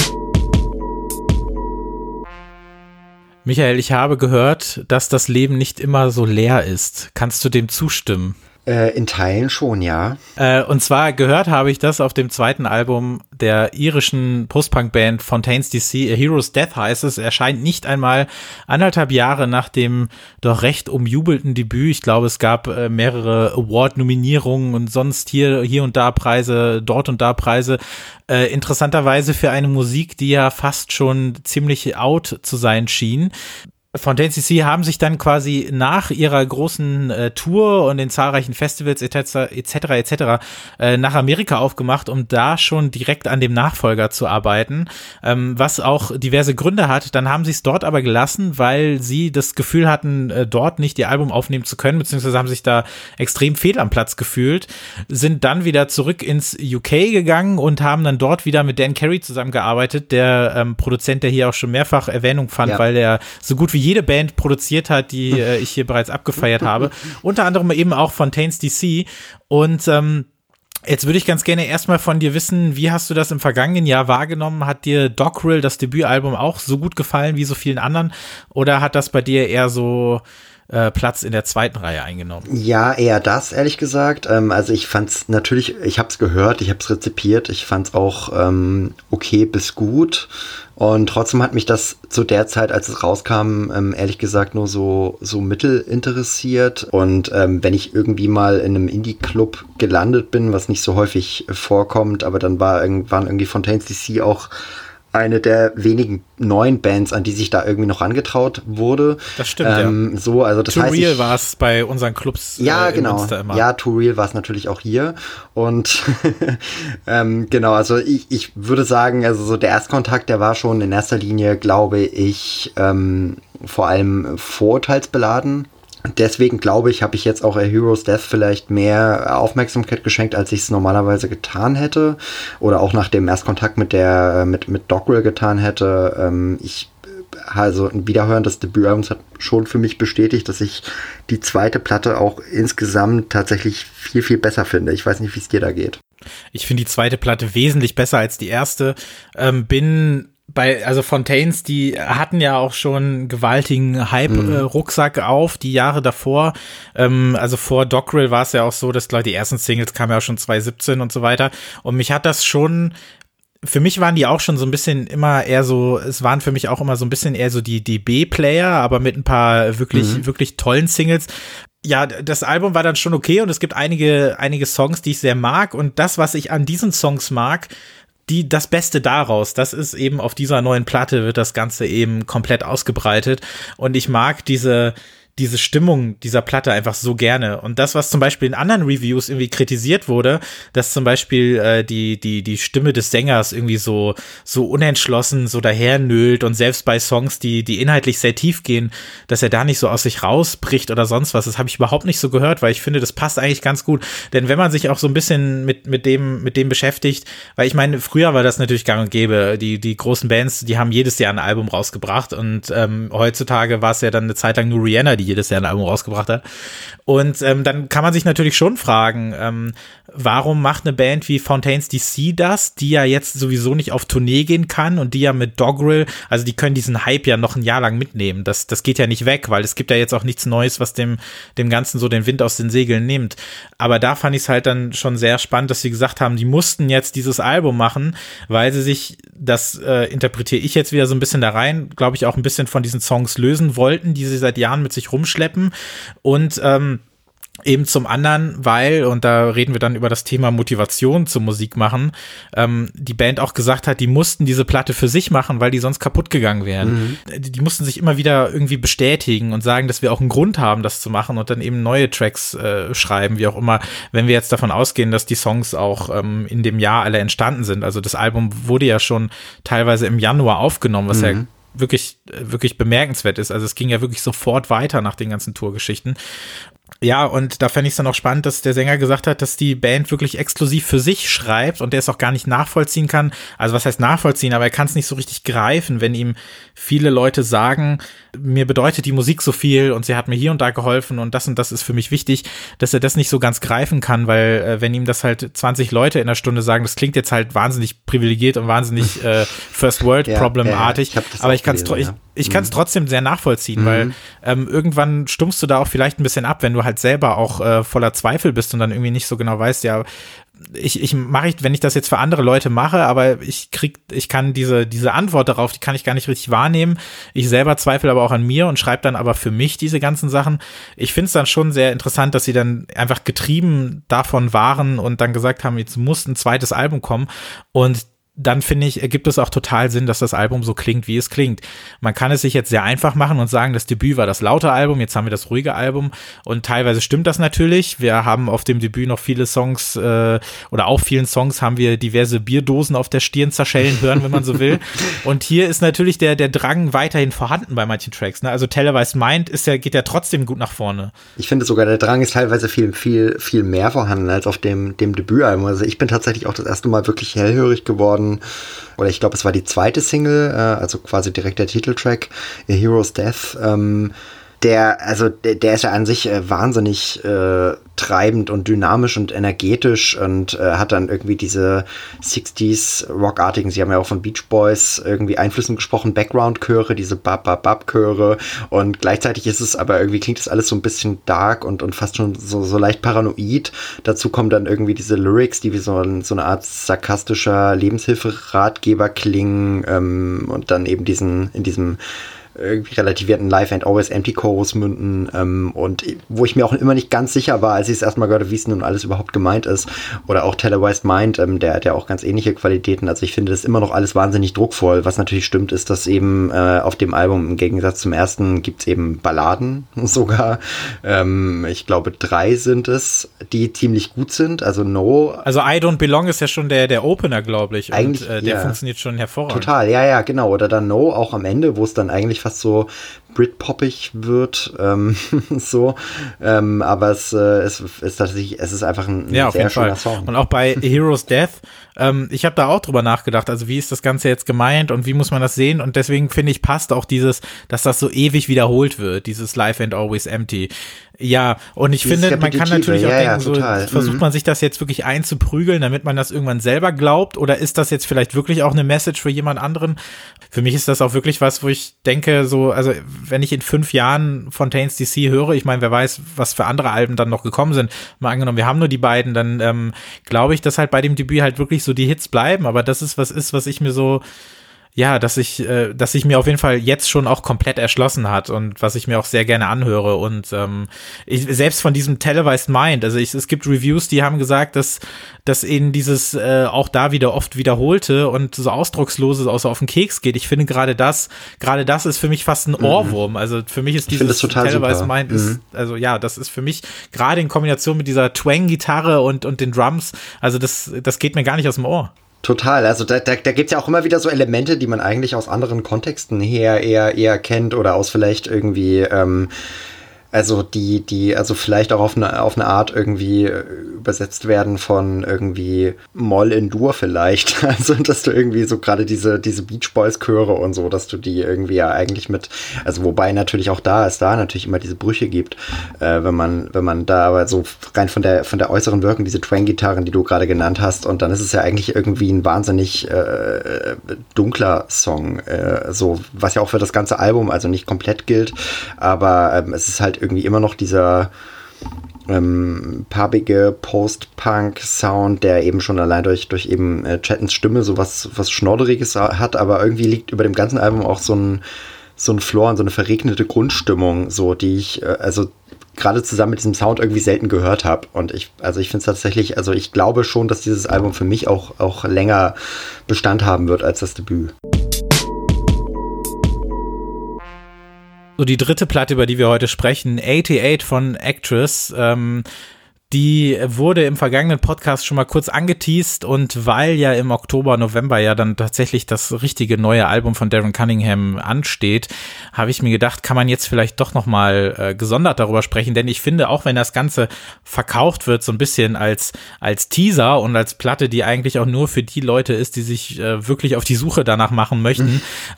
Michael, ich habe gehört, dass das Leben nicht immer so leer ist. Kannst du dem zustimmen? In Teilen schon, ja. Und zwar gehört habe ich das auf dem zweiten Album der irischen Post-Punk-Band Fontaines DC, A Hero's Death heißt es, erscheint nicht einmal 1,5 Jahre nach dem doch recht umjubelten Debüt. Ich glaube, es gab mehrere Award-Nominierungen und sonst hier und da Preise, dort und da Preise. Interessanterweise für eine Musik, die ja fast schon ziemlich out zu sein schien. Fontaines DC haben sich dann quasi nach ihrer großen Tour und den zahlreichen Festivals etc. Nach Amerika aufgemacht, um da schon direkt an dem Nachfolger zu arbeiten, was auch diverse Gründe hat. Dann haben sie es dort aber gelassen, weil sie das Gefühl hatten, dort nicht ihr Album aufnehmen zu können, beziehungsweise haben sich da extrem fehl am Platz gefühlt, sind dann wieder zurück ins UK gegangen und haben dann dort wieder mit Dan Carey zusammengearbeitet, der Produzent, der hier auch schon mehrfach Erwähnung fand, weil der so gut wie jede Band produziert hat, die ich hier bereits abgefeiert habe. Unter anderem eben auch Fontaines DC. Und jetzt würde ich ganz gerne erstmal von dir wissen, wie hast du das im vergangenen Jahr wahrgenommen? Hat dir Dogrill, das Debütalbum, auch so gut gefallen wie so vielen anderen? Oder hat das bei dir eher so Platz in der zweiten Reihe eingenommen? Ja, eher das, ehrlich gesagt. Also ich fand's natürlich, ich hab's gehört, ich hab's rezipiert, ich fand's auch okay bis gut. Und trotzdem hat mich das zu der Zeit, als es rauskam, ehrlich gesagt nur so mittel interessiert. Und wenn ich irgendwie mal in einem Indie-Club gelandet bin, was nicht so häufig vorkommt, aber dann waren irgendwie Fontaines DC auch eine der wenigen neuen Bands, an die sich da irgendwie noch rangetraut wurde. Das stimmt, ja. So, also das Too heißt, Real war es bei unseren Clubs ja, genau. in Münster immer. Ja, Too Real war es natürlich auch hier. Und genau, also ich würde sagen, also so der Erstkontakt, der war schon in erster Linie, glaube ich, vor allem vorurteilsbeladen. Deswegen glaube ich, habe ich jetzt auch A Hero's Death vielleicht mehr Aufmerksamkeit geschenkt, als ich es normalerweise getan hätte. Oder auch nach dem Erstkontakt mit Dogrill getan hätte. Also ein Wiederhören des Debütalbums hat schon für mich bestätigt, dass ich die zweite Platte auch insgesamt tatsächlich viel, viel besser finde. Ich weiß nicht, wie es dir da geht. Ich finde die zweite Platte wesentlich besser als die erste. Also Fontaines, die hatten ja auch schon einen gewaltigen Hype-Rucksack auf, die Jahre davor. Also vor Dogrill war es ja auch so, dass, glaube ich, die ersten Singles kamen ja auch schon 2017 und so weiter. Und mich hat das schon, für mich waren die auch schon so ein bisschen immer eher so, es waren für mich auch immer so ein bisschen eher so die B-Player, aber mit ein paar wirklich tollen Singles. Ja, das Album war dann schon okay und es gibt einige Songs, die ich sehr mag. Und das, was ich an diesen Songs mag, das Beste daraus, das ist eben auf dieser neuen Platte wird das Ganze eben komplett ausgebreitet und ich mag diese diese Stimmung dieser Platte einfach so gerne. Und das, was zum Beispiel in anderen Reviews irgendwie kritisiert wurde, dass zum Beispiel die Stimme des Sängers irgendwie so unentschlossen, so dahernölt und selbst bei Songs, die inhaltlich sehr tief gehen, dass er da nicht so aus sich rausbricht oder sonst was. Das habe ich überhaupt nicht so gehört, weil ich finde, das passt eigentlich ganz gut. Denn wenn man sich auch so ein bisschen mit dem beschäftigt, weil ich meine, früher war das natürlich gang und gäbe. Die großen Bands, die haben jedes Jahr ein Album rausgebracht und heutzutage war es ja dann eine Zeit lang nur Rihanna, die jedes Jahr ein Album rausgebracht hat. Und dann kann man sich natürlich schon fragen, warum macht eine Band wie Fontaines DC das, die ja jetzt sowieso nicht auf Tournee gehen kann und die ja mit Doggerel, also die können diesen Hype ja noch ein Jahr lang mitnehmen. Das geht ja nicht weg, weil es gibt ja jetzt auch nichts Neues, was dem Ganzen so den Wind aus den Segeln nimmt. Aber da fand ich es halt dann schon sehr spannend, dass sie gesagt haben, die mussten jetzt dieses Album machen, weil sie sich, das interpretiere ich jetzt wieder so ein bisschen da rein, glaube ich, auch ein bisschen von diesen Songs lösen wollten, die sie seit Jahren mit sich rumschleppen und eben zum anderen, weil, und da reden wir dann über das Thema Motivation zum Musik machen, die Band auch gesagt hat, die mussten diese Platte für sich machen, weil die sonst kaputt gegangen wären. Die mussten sich immer wieder irgendwie bestätigen und sagen, dass wir auch einen Grund haben, das zu machen und dann eben neue Tracks schreiben, wie auch immer, wenn wir jetzt davon ausgehen, dass die Songs auch in dem Jahr alle entstanden sind. Also das Album wurde ja schon teilweise im Januar aufgenommen, was ja wirklich, wirklich bemerkenswert ist. Also es ging ja wirklich sofort weiter nach den ganzen Tourgeschichten. Ja, und da fände ich es dann auch spannend, dass der Sänger gesagt hat, dass die Band wirklich exklusiv für sich schreibt und der es auch gar nicht nachvollziehen kann. Also was heißt nachvollziehen, aber er kann es nicht so richtig greifen, wenn ihm viele Leute sagen, mir bedeutet die Musik so viel und sie hat mir hier und da geholfen und das ist für mich wichtig, dass er das nicht so ganz greifen kann, weil wenn ihm das halt 20 Leute in der Stunde sagen, das klingt jetzt halt wahnsinnig privilegiert und wahnsinnig First World Problemartig, aber ich kann es trotzdem sehr nachvollziehen, weil irgendwann stummst du da auch vielleicht ein bisschen ab, wenn du halt selber auch voller Zweifel bist und dann irgendwie nicht so genau weißt, ja, wenn ich das jetzt für andere Leute mache, aber ich kann diese Antwort darauf, die kann ich gar nicht richtig wahrnehmen. Ich selber zweifle aber auch an mir und schreibe dann aber für mich diese ganzen Sachen. Ich finde es dann schon sehr interessant, dass sie dann einfach getrieben davon waren und dann gesagt haben, jetzt muss ein zweites Album kommen und dann finde ich, ergibt es auch total Sinn, dass das Album so klingt, wie es klingt. Man kann es sich jetzt sehr einfach machen und sagen, das Debüt war das laute Album, jetzt haben wir das ruhige Album und teilweise stimmt das natürlich. Wir haben auf dem Debüt noch viele Songs oder auf vielen Songs haben wir diverse Bierdosen auf der Stirn zerschellen hören, wenn man so will. Und hier ist natürlich der Drang weiterhin vorhanden bei manchen Tracks. Ne? Also Televised Mind geht ja trotzdem gut nach vorne. Ich finde sogar, der Drang ist teilweise viel, viel, viel mehr vorhanden als auf dem Debütalbum. Also ich bin tatsächlich auch das erste Mal wirklich hellhörig geworden. Oder ich glaube, es war die zweite Single, also quasi direkt der Titeltrack, A Hero's Death. Der ist ja an sich wahnsinnig treibend und dynamisch und energetisch und hat dann irgendwie diese 60s Rockartigen, sie haben ja auch von Beach Boys irgendwie Einflüssen gesprochen, Background-Chöre, diese Bab-Bab-Bab-Chöre und gleichzeitig ist es aber irgendwie, klingt das alles so ein bisschen dark und fast schon so leicht paranoid. Dazu kommen dann irgendwie diese Lyrics, die wie so eine Art sarkastischer Lebenshilferatgeber klingen und dann eben in diesem irgendwie relativierten Life and Always Empty Chorus münden und wo ich mir auch immer nicht ganz sicher war, als ich es erstmal gehört habe, wie es nun alles überhaupt gemeint ist. Oder auch Televised Mind, der hat ja auch ganz ähnliche Qualitäten. Also ich finde das immer noch alles wahnsinnig druckvoll. Was natürlich stimmt, ist, dass eben auf dem Album im Gegensatz zum ersten gibt's eben Balladen sogar. Ich glaube 3 sind es, die ziemlich gut sind. Also Also I Don't Belong ist ja schon der Opener, glaube ich. Eigentlich, und der funktioniert schon hervorragend. Total, ja, genau. Oder dann No, auch am Ende, wo es dann eigentlich fast so Britpoppig wird, aber es ist tatsächlich, es ist einfach ein sehr schöner Song. Und auch bei A Hero's Death, ich habe da auch drüber nachgedacht, also wie ist das Ganze jetzt gemeint und wie muss man das sehen und deswegen finde ich, passt auch dass das so ewig wiederholt wird, dieses Life and Always Empty. Ja, und ich finde, man kann natürlich auch denken, so versucht man sich das jetzt wirklich einzuprügeln, damit man das irgendwann selber glaubt oder ist das jetzt vielleicht wirklich auch eine Message für jemand anderen? Für mich ist das auch wirklich was, wo ich denke, so, also wenn ich in 5 Jahren Fontaines DC höre, ich meine, wer weiß, was für andere Alben dann noch gekommen sind, mal angenommen, wir haben nur die beiden, dann glaube ich, dass halt bei dem Debüt halt wirklich so die Hits bleiben, aber das ist, was ich mir so, ja, dass sich mir auf jeden Fall jetzt schon auch komplett erschlossen hat und was ich mir auch sehr gerne anhöre und selbst von diesem Televised Mind, also es gibt Reviews, die haben gesagt, dass ihnen dieses auch da wieder oft wiederholte und so ausdruckslose außer auf den Keks geht. Ich finde gerade das ist für mich fast ein Ohrwurm, also für mich ist dieses Televised Mind ist, also ja, das ist für mich gerade in Kombination mit dieser Twang-Gitarre und den Drums, also das geht mir gar nicht aus dem Ohr. Total, also da gibt's ja auch immer wieder so Elemente, die man eigentlich aus anderen Kontexten her eher kennt oder aus vielleicht irgendwie, also die vielleicht auch auf eine Art irgendwie übersetzt werden von irgendwie Moll in Dur vielleicht. Also, dass du irgendwie so gerade diese Beach Boys Chöre und so, dass du die irgendwie ja eigentlich mit, also wobei natürlich auch da natürlich immer diese Brüche gibt, wenn man da aber so rein von der äußeren Wirkung, diese Twang-Gitarren, die du gerade genannt hast, und dann ist es ja eigentlich irgendwie ein wahnsinnig dunkler Song, so, was ja auch für das ganze Album also nicht komplett gilt, aber es ist halt irgendwie immer noch dieser pubige Post-Punk-Sound, der eben schon allein durch eben Chattons Stimme so was Schnodderiges hat, aber irgendwie liegt über dem ganzen Album auch so ein Floor und so eine verregnete Grundstimmung, so die ich also gerade zusammen mit diesem Sound irgendwie selten gehört habe. Und ich finde es tatsächlich, also ich glaube schon, dass dieses Album für mich auch länger Bestand haben wird als das Debüt. So, die dritte Platte, über die wir heute sprechen, 88 von Actress, die wurde im vergangenen Podcast schon mal kurz angeteast und weil ja im Oktober, November ja dann tatsächlich das richtige neue Album von Darren Cunningham ansteht, habe ich mir gedacht, kann man jetzt vielleicht doch nochmal gesondert darüber sprechen, denn ich finde, auch wenn das Ganze verkauft wird so ein bisschen als Teaser und als Platte, die eigentlich auch nur für die Leute ist, die sich wirklich auf die Suche danach machen möchten,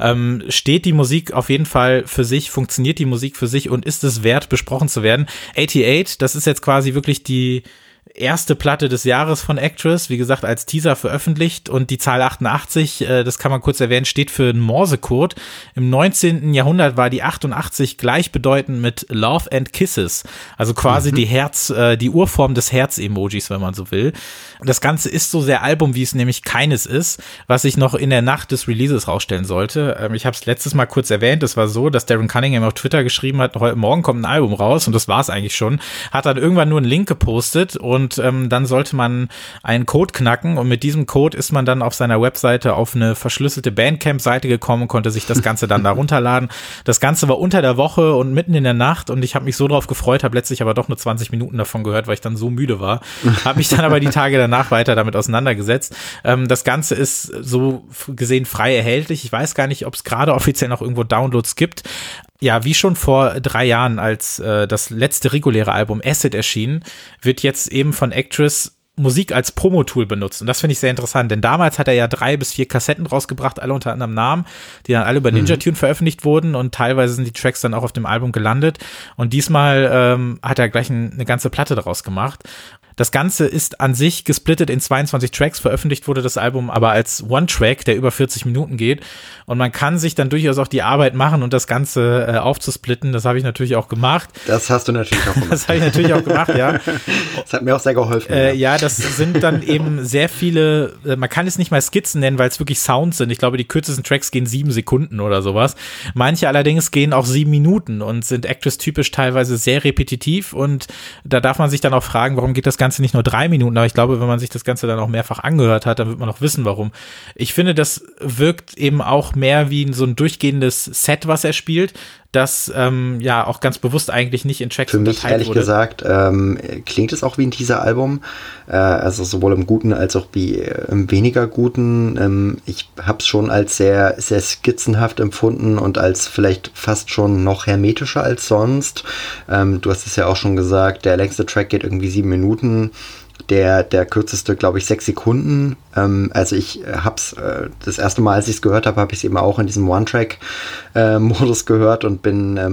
steht die Musik auf jeden Fall für sich, funktioniert die Musik für sich und ist es wert, besprochen zu werden. 88, das ist jetzt quasi wirklich die erste Platte des Jahres von Actress, wie gesagt, als Teaser veröffentlicht und die Zahl 88, das kann man kurz erwähnen, steht für einen Morsecode. Im 19. Jahrhundert war die 88 gleichbedeutend mit Love and Kisses, also quasi die Urform des Herz-Emojis, wenn man so will. Das Ganze ist so sehr Album, wie es nämlich keines ist, was ich noch in der Nacht des Releases rausstellen sollte. Ich habe es letztes Mal kurz erwähnt, es war so, dass Darren Cunningham auf Twitter geschrieben hat, heute Morgen kommt ein Album raus und das war es eigentlich schon, hat dann irgendwann nur einen Link gepostet und dann sollte man einen Code knacken und mit diesem Code ist man dann auf seiner Webseite auf eine verschlüsselte Bandcamp-Seite gekommen und konnte sich das Ganze dann da runterladen. Das Ganze war unter der Woche und mitten in der Nacht und ich habe mich so drauf gefreut, habe letztlich aber doch nur 20 Minuten davon gehört, weil ich dann so müde war. Habe mich dann aber die Tage danach weiter damit auseinandergesetzt. Das Ganze ist so gesehen frei erhältlich. Ich weiß gar nicht, ob es gerade offiziell noch irgendwo Downloads gibt. Ja, wie schon vor 3 Jahren, als das letzte reguläre Album Acid erschien, wird jetzt eben von Actress Musik als Promo-Tool benutzt. Und das finde ich sehr interessant, denn damals hat er ja 3 bis 4 Kassetten rausgebracht, alle unter anderem Namen, die dann alle über Ninja Tune veröffentlicht wurden und teilweise sind die Tracks dann auch auf dem Album gelandet. Und diesmal hat er gleich eine ganze Platte daraus gemacht. Das Ganze ist an sich gesplittet in 22 Tracks, veröffentlicht wurde das Album aber als One-Track, der über 40 Minuten geht und man kann sich dann durchaus auch die Arbeit machen und das Ganze aufzusplitten, das habe ich natürlich auch gemacht. Das hast du natürlich auch gemacht. Das habe ich natürlich auch gemacht, ja. Das hat mir auch sehr geholfen. Ja, das sind dann eben sehr viele, man kann es nicht mal Skizzen nennen, weil es wirklich Sounds sind. Ich glaube, die kürzesten Tracks gehen 7 Sekunden oder sowas. Manche allerdings gehen auch 7 Minuten und sind Actress-typisch teilweise sehr repetitiv und da darf man sich dann auch fragen, warum geht das Ganze nicht nur 3 Minuten, aber ich glaube, wenn man sich das Ganze dann auch mehrfach angehört hat, dann wird man auch wissen, warum. Ich finde, das wirkt eben auch mehr wie so ein durchgehendes Set, was er spielt, das ja auch ganz bewusst eigentlich nicht in Tracks unterteilt wurde. Für mich, ehrlich gesagt, klingt es auch wie ein Teaser-Album, also sowohl im Guten als auch wie im weniger Guten. Ich habe es schon als sehr, sehr skizzenhaft empfunden und als vielleicht fast schon noch hermetischer als sonst. Du hast es ja auch schon gesagt, der längste Track geht irgendwie 7 Minuten. Der kürzeste, glaube ich, 6 Sekunden. Also ich hab's das erste Mal, als ich es gehört habe, habe ich es eben auch in diesem One-Track-Modus gehört und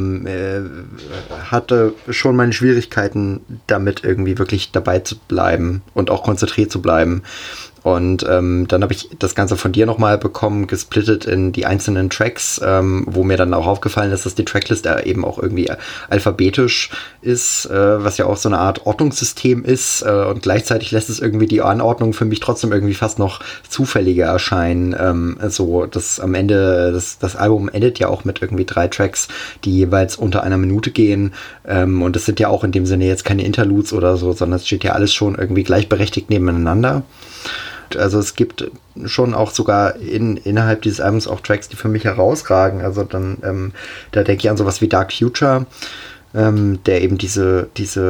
hatte schon meine Schwierigkeiten damit, irgendwie wirklich dabei zu bleiben und auch konzentriert zu bleiben. Und dann habe ich das Ganze von dir nochmal bekommen, gesplittet in die einzelnen Tracks, wo mir dann auch aufgefallen ist, dass die Tracklist eben auch irgendwie alphabetisch ist, was ja auch so eine Art Ordnungssystem ist. Und gleichzeitig lässt es irgendwie die Anordnung für mich trotzdem irgendwie fast noch zufälliger erscheinen. So, dass am Ende, das Album endet ja auch mit irgendwie 3 Tracks, die jeweils unter einer Minute gehen. Und das sind ja auch in dem Sinne jetzt keine Interludes oder so, sondern es steht ja alles schon irgendwie gleichberechtigt nebeneinander. Also es gibt schon auch sogar innerhalb dieses Albums auch Tracks, die für mich herausragen. Also dann, da denke ich an sowas wie Dark Future, der eben diese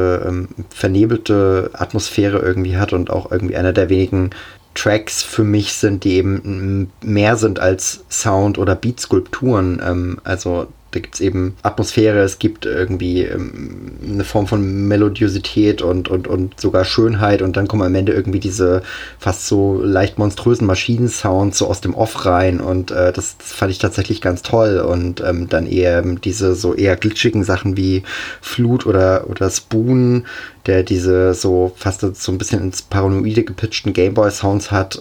vernebelte Atmosphäre irgendwie hat und auch irgendwie einer der wenigen Tracks für mich sind, die eben mehr sind als Sound- oder Beat-Skulpturen. Also da gibt es eben Atmosphäre, es gibt irgendwie eine Form von Melodiosität und sogar Schönheit und dann kommen am Ende irgendwie diese fast so leicht monströsen Maschinensounds so aus dem Off rein und das fand ich tatsächlich ganz toll und dann eher diese so eher glitschigen Sachen wie Flut oder Spoon, der diese so fast so ein bisschen ins Paranoide gepitchten Gameboy-Sounds hat,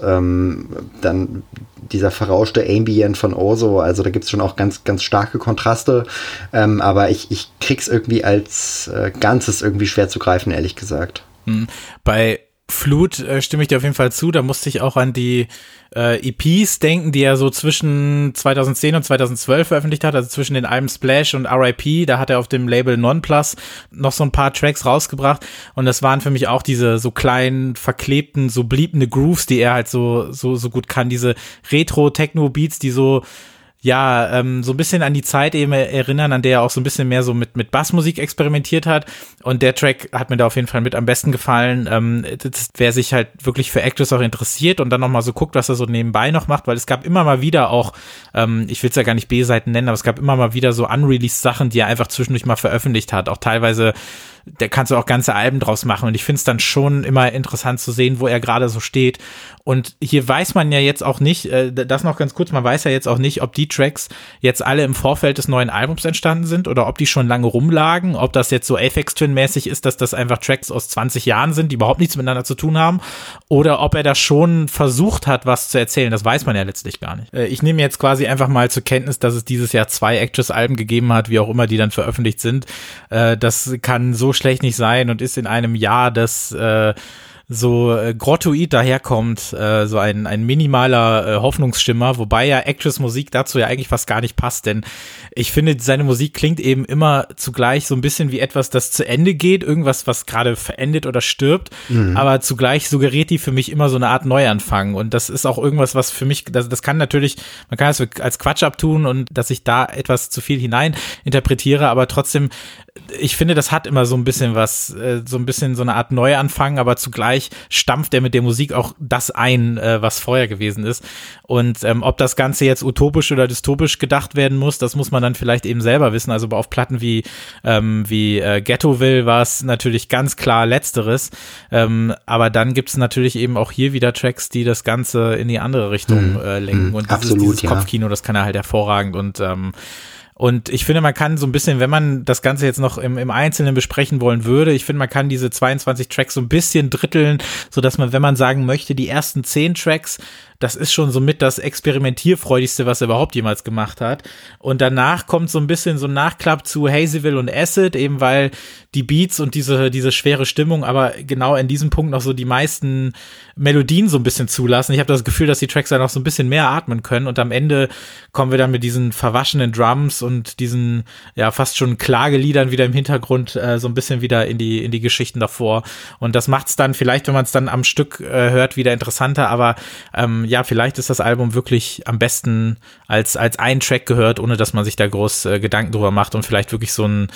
dann dieser verrauschte Ambient von Ozo, also da gibt es schon auch ganz, ganz starke Kontraste, aber ich krieg's irgendwie als Ganzes irgendwie schwer zu greifen, ehrlich gesagt. Bei Flut stimme ich dir auf jeden Fall zu, da musste ich auch an die EPs denken, die er so zwischen 2010 und 2012 veröffentlicht hat, also zwischen den Alben Splash und R.I.P., da hat er auf dem Label Nonplus noch so ein paar Tracks rausgebracht und das waren für mich auch diese so kleinen, verklebten, so bliebende Grooves, die er halt so gut kann, diese Retro-Techno-Beats, die so ja, so ein bisschen an die Zeit eben erinnern, an der er auch so ein bisschen mehr so mit Bassmusik experimentiert hat. Und der Track hat mir da auf jeden Fall mit am besten gefallen. Wer sich halt wirklich für Actress auch interessiert und dann nochmal so guckt, was er so nebenbei noch macht, weil es gab immer mal wieder auch, ich will es ja gar nicht B-Seiten nennen, aber es gab immer mal wieder so unreleased Sachen, die er einfach zwischendurch mal veröffentlicht hat. Auch teilweise, da kannst du auch ganze Alben draus machen. Und ich finde es dann schon immer interessant zu sehen, wo er gerade so steht. Und hier weiß man ja jetzt auch nicht, das noch ganz kurz, man weiß ja jetzt auch nicht, ob die Tracks jetzt alle im Vorfeld des neuen Albums entstanden sind oder ob die schon lange rumlagen, ob das jetzt so Aphex Twin-mäßig ist, dass das einfach Tracks aus 20 Jahren sind, die überhaupt nichts miteinander zu tun haben, oder ob er da schon versucht hat, was zu erzählen. Das weiß man ja letztlich gar nicht. Ich nehme jetzt quasi einfach mal zur Kenntnis, dass es dieses Jahr 2 Actress-Alben gegeben hat, wie auch immer die dann veröffentlicht sind. Das kann so schlecht nicht sein und ist in einem Jahr, das so grottoid daherkommt, so ein minimaler Hoffnungsschimmer, wobei ja Actress Musik dazu ja eigentlich fast gar nicht passt, denn ich finde, seine Musik klingt eben immer zugleich so ein bisschen wie etwas, das zu Ende geht, irgendwas, was gerade verendet oder stirbt, aber zugleich suggeriert die für mich immer so eine Art Neuanfang und das ist auch irgendwas, was für mich, das kann natürlich, man kann es als Quatsch abtun und dass ich da etwas zu viel hinein interpretiere, aber trotzdem, ich finde, das hat immer so ein bisschen was, so ein bisschen so eine Art Neuanfang, aber zugleich stampft er mit der Musik auch das ein, was vorher gewesen ist. Und ob das Ganze jetzt utopisch oder dystopisch gedacht werden muss, das muss man dann vielleicht eben selber wissen. Also auf Platten wie Ghettoville war es natürlich ganz klar Letzteres. Aber dann gibt es natürlich eben auch hier wieder Tracks, die das Ganze in die andere Richtung lenken. Und dieses Kopfkino, das kann er halt hervorragend und ich finde, man kann so ein bisschen, wenn man das Ganze jetzt noch im Einzelnen besprechen wollen würde, ich finde, man kann diese 22 Tracks so ein bisschen dritteln, sodass man, wenn man sagen möchte, die ersten 10 Tracks, das ist schon somit das experimentierfreudigste, was er überhaupt jemals gemacht hat. Und danach kommt so ein bisschen so ein Nachklapp zu Hazyville und Acid, eben weil die Beats und diese schwere Stimmung aber genau in diesem Punkt noch so die meisten Melodien so ein bisschen zulassen. Ich habe das Gefühl, dass die Tracks dann noch so ein bisschen mehr atmen können und am Ende kommen wir dann mit diesen verwaschenen Drums und diesen ja fast schon Klageliedern wieder im Hintergrund so ein bisschen wieder in die Geschichten davor. Und das macht's dann vielleicht, wenn man es dann am Stück hört, wieder interessanter, aber ja, vielleicht ist das Album wirklich am besten als ein Track gehört, ohne dass man sich da groß Gedanken drüber macht und vielleicht wirklich so ein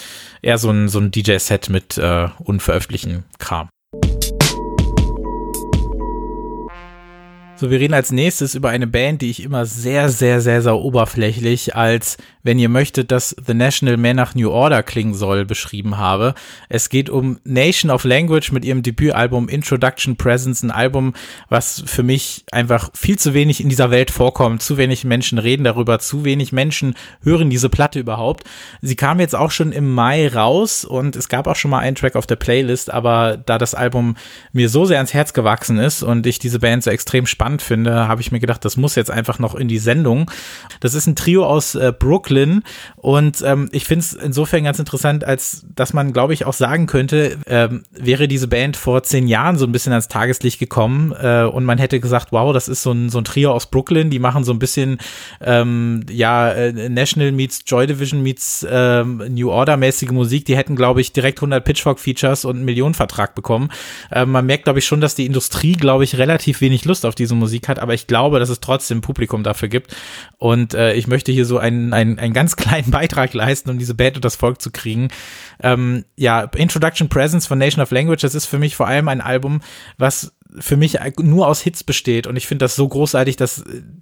DJ-Set mit unveröffentlichten Kram. So, wir reden als nächstes über eine Band, die ich immer sehr, sehr, sehr, sehr oberflächlich als, wenn ihr möchtet, dass The National mehr nach New Order klingen soll, beschrieben habe. Es geht um Nation of Language mit ihrem Debütalbum Introduction Presence, ein Album, was für mich einfach viel zu wenig in dieser Welt vorkommt. Zu wenig Menschen reden darüber, zu wenig Menschen hören diese Platte überhaupt. Sie kam jetzt auch schon im Mai raus und es gab auch schon mal einen Track auf der Playlist, aber da das Album mir so sehr ans Herz gewachsen ist und ich diese Band so extrem spannend finde, habe ich mir gedacht, das muss jetzt einfach noch in die Sendung. Das ist ein Trio aus Brooklyn und ich finde es insofern ganz interessant, als dass man, glaube ich, auch sagen könnte, wäre diese Band vor 10 Jahren so ein bisschen ans Tageslicht gekommen und man hätte gesagt, wow, das ist so ein Trio aus Brooklyn, die machen so ein bisschen National meets Joy Division meets New Order mäßige Musik, die hätten, glaube ich, direkt 100 Pitchfork-Features und einen Millionenvertrag bekommen. Man merkt, glaube ich, schon, dass die Industrie, glaube ich, relativ wenig Lust auf diese Musik hat, aber ich glaube, dass es trotzdem Publikum dafür gibt und ich möchte hier so einen ganz kleinen Beitrag leisten, um diese Band unter das Volk zu kriegen. Introduction Presence von Nation of Language, das ist für mich vor allem ein Album, was für mich nur aus Hits besteht und ich finde das so großartig, dass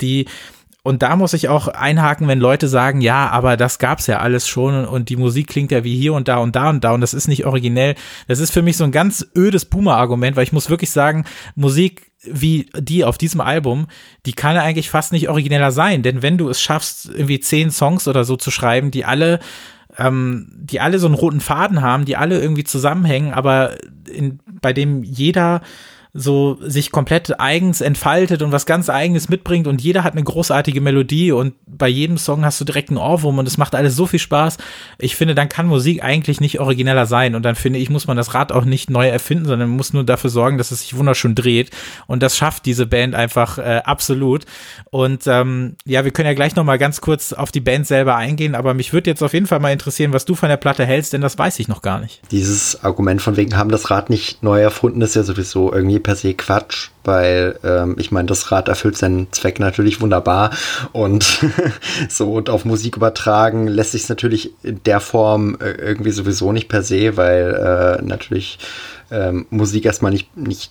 und da muss ich auch einhaken, wenn Leute sagen, ja, aber das gab's ja alles schon und die Musik klingt ja wie hier und da und da und da und das ist nicht originell. Das ist für mich so ein ganz ödes Boomer-Argument, weil ich muss wirklich sagen, Musik wie die auf diesem Album, die kann eigentlich fast nicht origineller sein, denn wenn du es schaffst, irgendwie 10 Songs oder so zu schreiben, die alle so einen roten Faden haben, die alle irgendwie zusammenhängen, aber bei dem jeder so sich komplett eigens entfaltet und was ganz Eigenes mitbringt und jeder hat eine großartige Melodie und bei jedem Song hast du direkt einen Ohrwurm und es macht alles so viel Spaß. Ich finde, dann kann Musik eigentlich nicht origineller sein und dann finde ich, muss man das Rad auch nicht neu erfinden, sondern man muss nur dafür sorgen, dass es sich wunderschön dreht und das schafft diese Band einfach absolut und wir können ja gleich nochmal ganz kurz auf die Band selber eingehen, aber mich würde jetzt auf jeden Fall mal interessieren, was du von der Platte hältst, denn das weiß ich noch gar nicht. Dieses Argument von wegen, haben das Rad nicht neu erfunden, ist ja sowieso irgendwie per se Quatsch, weil ich meine, das Rad erfüllt seinen Zweck natürlich wunderbar und so und auf Musik übertragen lässt sich es natürlich in der Form irgendwie sowieso nicht per se, weil natürlich Musik erstmal nicht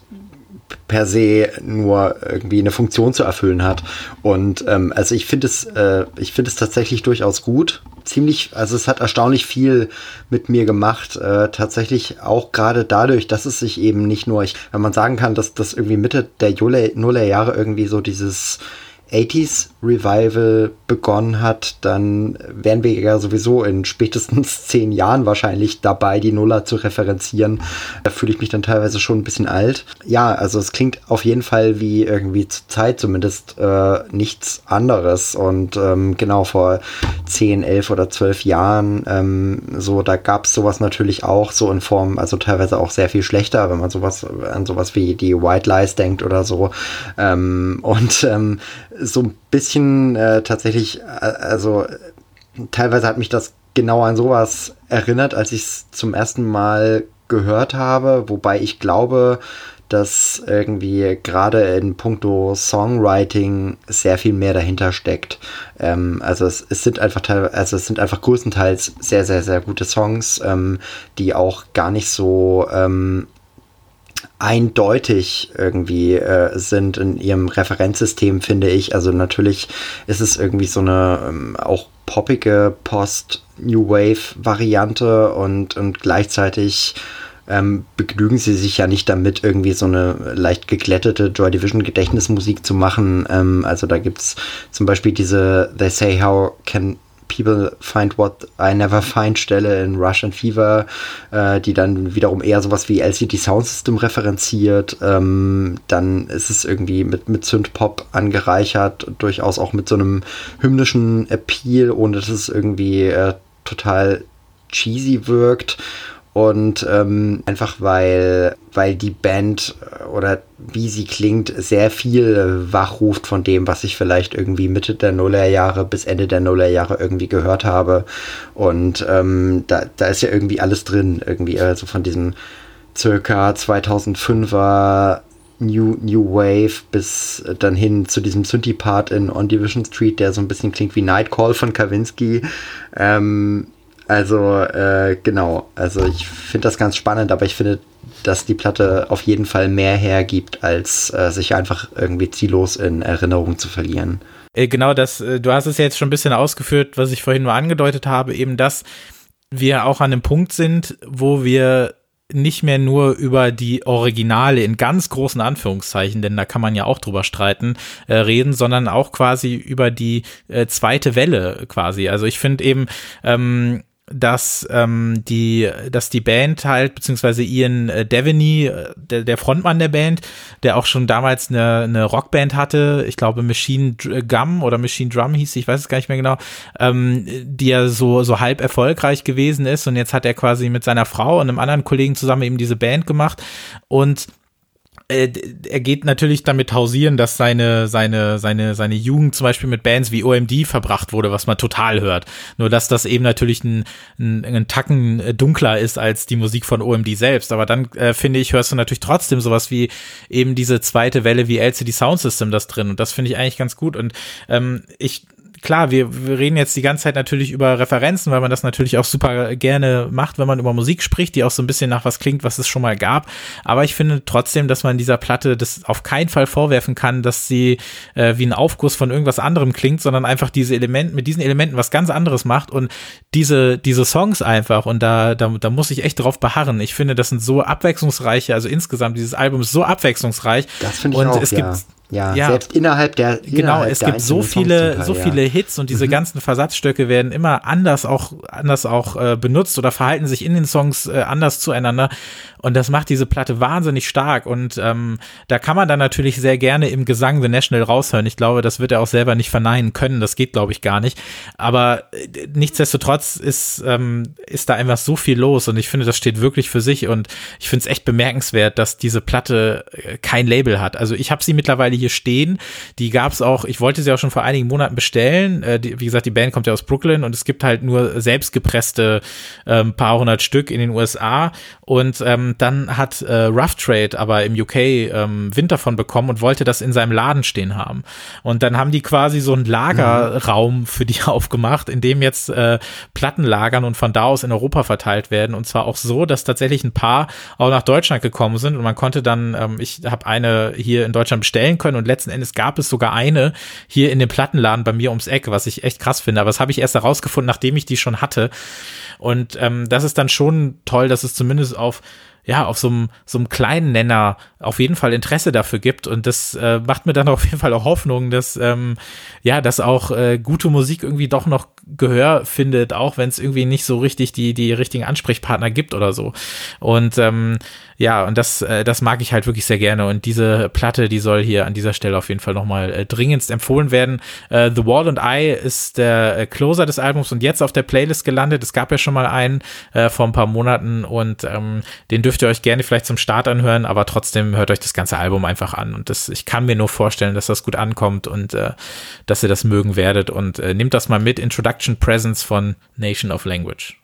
per se nur irgendwie eine Funktion zu erfüllen hat und also ich finde es tatsächlich durchaus gut. Also es hat erstaunlich viel mit mir gemacht, tatsächlich auch gerade dadurch, dass es sich eben nicht nur, wenn man sagen kann, dass das irgendwie Mitte der Nullerjahre irgendwie so dieses 80s Revival begonnen hat, dann wären wir ja sowieso in spätestens 10 Jahren wahrscheinlich dabei, die Nuller zu referenzieren. Da fühle ich mich dann teilweise schon ein bisschen alt. Ja, also es klingt auf jeden Fall wie irgendwie zur Zeit zumindest nichts anderes und genau vor 10, 11 oder 12 Jahren da gab es sowas natürlich auch so in Form, also teilweise auch sehr viel schlechter, wenn man an sowas wie die White Lies denkt oder so so ein bisschen tatsächlich, also teilweise hat mich das genau an sowas erinnert, als ich es zum ersten Mal gehört habe, wobei ich glaube, dass irgendwie gerade in puncto Songwriting sehr viel mehr dahinter steckt. Also es sind einfach größtenteils sehr, sehr, sehr gute Songs, die auch gar nicht so eindeutig irgendwie sind in ihrem Referenzsystem, finde ich. Also natürlich ist es irgendwie so eine auch poppige Post-New-Wave-Variante und gleichzeitig begnügen sie sich ja nicht damit, irgendwie so eine leicht geglättete Joy Division Gedächtnismusik zu machen. Also da gibt's zum Beispiel diese They Say How Can People Find What I Never Find Stelle in Rush and Fever, die dann wiederum eher sowas wie LCD Soundsystem referenziert. Dann ist es irgendwie mit Synthpop angereichert, durchaus auch mit so einem hymnischen Appeal, ohne dass es irgendwie total cheesy wirkt. Und einfach weil die Band oder wie sie klingt sehr viel wachruft von dem, was ich vielleicht irgendwie Mitte der Nullerjahre bis Ende der Nullerjahre irgendwie gehört habe. Und da ist ja irgendwie alles drin, irgendwie also von diesem circa 2005er New Wave bis dann hin zu diesem Synthie-Part in On Division Street, der so ein bisschen klingt wie Nightcall von Kavinsky. Also genau, also ich finde das ganz spannend, aber ich finde, dass die Platte auf jeden Fall mehr hergibt, als sich einfach irgendwie ziellos in Erinnerung zu verlieren. Genau, du hast es ja jetzt schon ein bisschen ausgeführt, was ich vorhin nur angedeutet habe, eben, dass wir auch an einem Punkt sind, wo wir nicht mehr nur über die Originale in ganz großen Anführungszeichen, denn da kann man ja auch drüber streiten, reden, sondern auch quasi über die zweite Welle quasi. Also ich finde eben, dass die Band halt, beziehungsweise Ian Devaney, der Frontmann der Band, der auch schon damals eine Rockband hatte, ich glaube Machine Drum hieß sie, ich weiß es gar nicht mehr genau, die ja so halb erfolgreich gewesen ist, und jetzt hat er quasi mit seiner Frau und einem anderen Kollegen zusammen eben diese Band gemacht, und er geht natürlich damit hausieren, dass seine Jugend zum Beispiel mit Bands wie OMD verbracht wurde, was man total hört. Nur, dass das eben natürlich ein Tacken dunkler ist als die Musik von OMD selbst. Aber dann, finde ich, hörst du natürlich trotzdem sowas wie eben diese zweite Welle wie LCD Soundsystem das drin. Und das finde ich eigentlich ganz gut. Und klar, wir reden jetzt die ganze Zeit natürlich über Referenzen, weil man das natürlich auch super gerne macht, wenn man über Musik spricht, die auch so ein bisschen nach was klingt, was es schon mal gab. Aber ich finde trotzdem, dass man dieser Platte das auf keinen Fall vorwerfen kann, dass sie wie ein Aufguss von irgendwas anderem klingt, sondern einfach mit diesen Elementen was ganz anderes macht, und diese Songs einfach, und da muss ich echt drauf beharren. Ich finde, das sind so abwechslungsreiche, also insgesamt dieses Album ist so abwechslungsreich. Das finde ich auch, Ja, selbst innerhalb der es gibt so viele Hits, und diese ganzen Versatzstücke werden immer anders auch benutzt oder verhalten sich in den Songs anders zueinander, und das macht diese Platte wahnsinnig stark, und da kann man dann natürlich sehr gerne im Gesang The National raushören. Ich glaube, das wird er auch selber nicht verneinen können, das geht, glaube ich, gar nicht, aber nichtsdestotrotz ist da einfach so viel los, und ich finde, das steht wirklich für sich, und ich finde es echt bemerkenswert, dass diese Platte kein Label hat. Also ich habe sie mittlerweile hier stehen, die gab's auch, ich wollte sie auch schon vor einigen Monaten bestellen, wie gesagt, die Band kommt ja aus Brooklyn, und es gibt halt nur selbstgepresste paar hundert Stück in den USA, und dann hat Rough Trade aber im UK Wind davon bekommen und wollte das in seinem Laden stehen haben, und dann haben die quasi so einen Lagerraum für die aufgemacht, in dem jetzt Platten lagern und von da aus in Europa verteilt werden, und zwar auch so, dass tatsächlich ein paar auch nach Deutschland gekommen sind, und man konnte dann, ich habe eine hier in Deutschland bestellen können, und letzten Endes gab es sogar eine hier in dem Plattenladen bei mir ums Eck, was ich echt krass finde, aber das habe ich erst herausgefunden, nachdem ich die schon hatte, und das ist dann schon toll, dass es zumindest auf so einem kleinen Nenner auf jeden Fall Interesse dafür gibt, und das macht mir dann auf jeden Fall auch Hoffnung, dass dass auch gute Musik irgendwie doch noch Gehör findet, auch wenn es irgendwie nicht so richtig die richtigen Ansprechpartner gibt oder so, und und das mag ich halt wirklich sehr gerne, und diese Platte, die soll hier an dieser Stelle auf jeden Fall nochmal dringendst empfohlen werden. The Wall and I ist der Closer des Albums und jetzt auf der Playlist gelandet. Es gab ja schon mal einen vor ein paar Monaten, und den dürft ihr euch gerne vielleicht zum Start anhören, aber trotzdem hört euch das ganze Album einfach an, und ich kann mir nur vorstellen, dass das gut ankommt, und dass ihr das mögen werdet, und nehmt das mal mit. Introduction Presence von Nation of Language.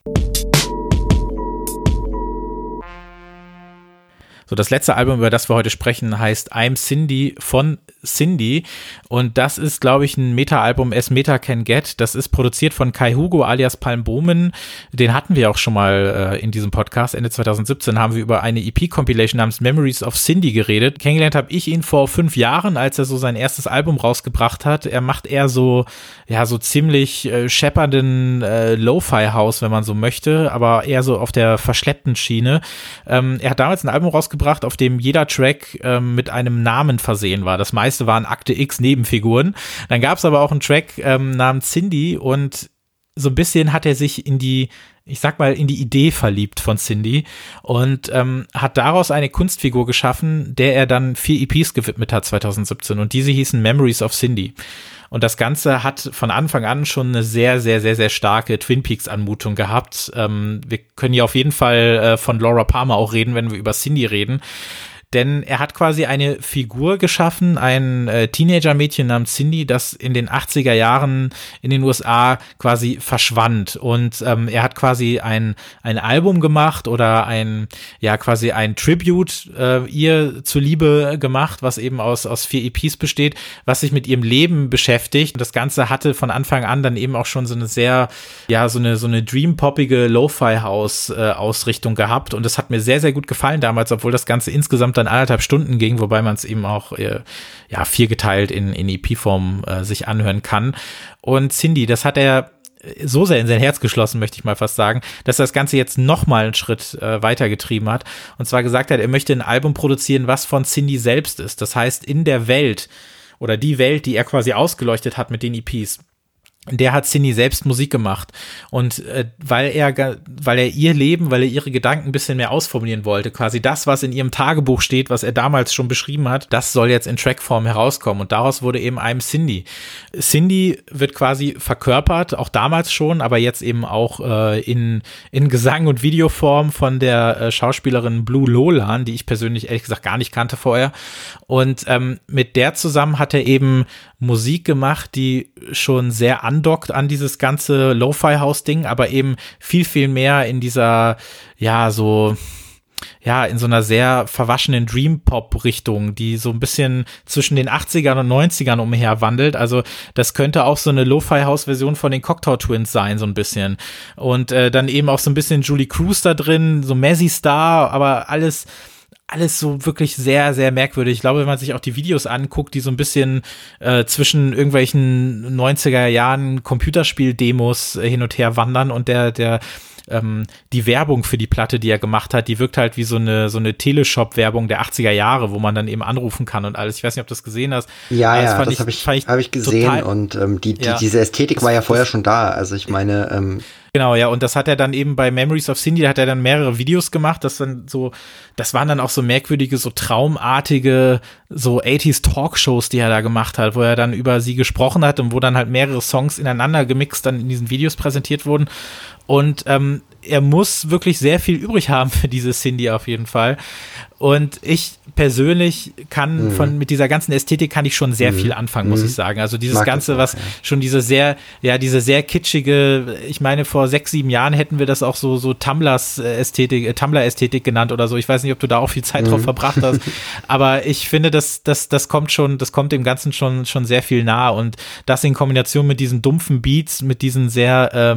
So, das letzte Album, über das wir heute sprechen, heißt I'm Cindy von Cindy, und das ist, glaube ich, ein Meta-Album As Meta Can Get. Das ist produziert von Kai Hugo alias Palmbomen. Den hatten wir auch schon mal in diesem Podcast. Ende 2017 haben wir über eine EP-Compilation namens Memories of Cindy geredet. Kennengelernt habe ich ihn vor 5 Jahren, als er so sein erstes Album rausgebracht hat. Er macht eher so ziemlich scheppernden Lo-Fi-House, wenn man so möchte, aber eher so auf der verschleppten Schiene. Er hat damals ein Album rausgebracht, auf dem jeder Track mit einem Namen versehen war. Das meiste waren Akte X Nebenfiguren. Dann gab es aber auch einen Track namens Cindy, und so ein bisschen hat er sich in die Idee verliebt von Cindy und hat daraus eine Kunstfigur geschaffen, der er dann 4 EPs gewidmet hat 2017, und diese hießen Memories of Cindy. Und das Ganze hat von Anfang an schon eine sehr, sehr, sehr, sehr starke Twin Peaks-Anmutung gehabt. Wir können hier auf jeden Fall von Laura Palmer auch reden, wenn wir über Cindy reden. denn er hat quasi eine Figur geschaffen, ein Teenager-Mädchen namens Cindy, das in den 80er Jahren in den USA quasi verschwand und er hat quasi ein Album gemacht oder quasi ein Tribute ihr zuliebe gemacht, was eben aus 4 EPs besteht, was sich mit ihrem Leben beschäftigt. Und das Ganze hatte von Anfang an dann eben auch schon so eine sehr, so eine dream-poppige Lo-Fi-House-Ausrichtung gehabt. Und das hat mir sehr, sehr gut gefallen damals, obwohl das Ganze insgesamt dann 1,5 Stunden ging, wobei man es eben auch 4 in EP-Form sich anhören kann. Und Cindy, das hat er so sehr in sein Herz geschlossen, möchte ich mal fast sagen, dass er das Ganze jetzt nochmal einen Schritt weitergetrieben hat. Und zwar gesagt hat, er möchte ein Album produzieren, was von Cindy selbst ist. Das heißt, in der Welt oder die Welt, die er quasi ausgeleuchtet hat mit den EPs, der hat Cindy selbst Musik gemacht und weil er ihr Leben, weil er ihre Gedanken ein bisschen mehr ausformulieren wollte, quasi das, was in ihrem Tagebuch steht, was er damals schon beschrieben hat, das soll jetzt in Trackform herauskommen und daraus wurde eben I'm Cindy. Cindy wird quasi verkörpert, auch damals schon, aber jetzt eben auch in Gesang- und Videoform von der Schauspielerin Blue Lolan, die ich persönlich ehrlich gesagt gar nicht kannte vorher und mit der zusammen hat er eben Musik gemacht, die schon sehr andockt an dieses ganze Lo-Fi-House-Ding, aber eben viel, viel mehr in dieser, in so einer sehr verwaschenen Dream-Pop-Richtung, die so ein bisschen zwischen den 80ern und 90ern umher wandelt. Also das könnte auch so eine Lo-Fi-House-Version von den Cocteau Twins sein, so ein bisschen. Und dann eben auch so ein bisschen Julie Cruz da drin, so Mazzy Star, aber alles so wirklich sehr, sehr merkwürdig. Ich glaube, wenn man sich auch die Videos anguckt, die so ein bisschen zwischen irgendwelchen 90er Jahren Computerspiel-Demos hin und her wandern und die Werbung für die Platte, die er gemacht hat, die wirkt halt wie so eine Teleshop-Werbung der 80er Jahre, wo man dann eben anrufen kann und alles. Ich weiß nicht, ob du das gesehen hast. Ja, das habe ich gesehen total, und diese Ästhetik war ja vorher schon da. Also ich meine, genau, ja, und das hat er dann eben bei Memories of Cindy, da hat er dann mehrere Videos gemacht, das waren dann auch so merkwürdige, so traumartige, so 80s Talkshows, die er da gemacht hat, wo er dann über sie gesprochen hat und wo dann halt mehrere Songs ineinander gemixt dann in diesen Videos präsentiert wurden. Und er muss wirklich sehr viel übrig haben für diese Cindy auf jeden Fall. Und ich persönlich kann mit dieser ganzen Ästhetik kann ich schon sehr viel anfangen, muss ich sagen. Also dieses Ganze, was schon diese sehr kitschige, ich meine, vor 6, 7 Jahren hätten wir das auch so Tumblr-Ästhetik genannt oder so. Ich weiß nicht, ob du da auch viel Zeit drauf verbracht hast. Aber ich finde, das kommt dem Ganzen schon sehr viel nahe. Und das in Kombination mit diesen dumpfen Beats, mit diesen sehr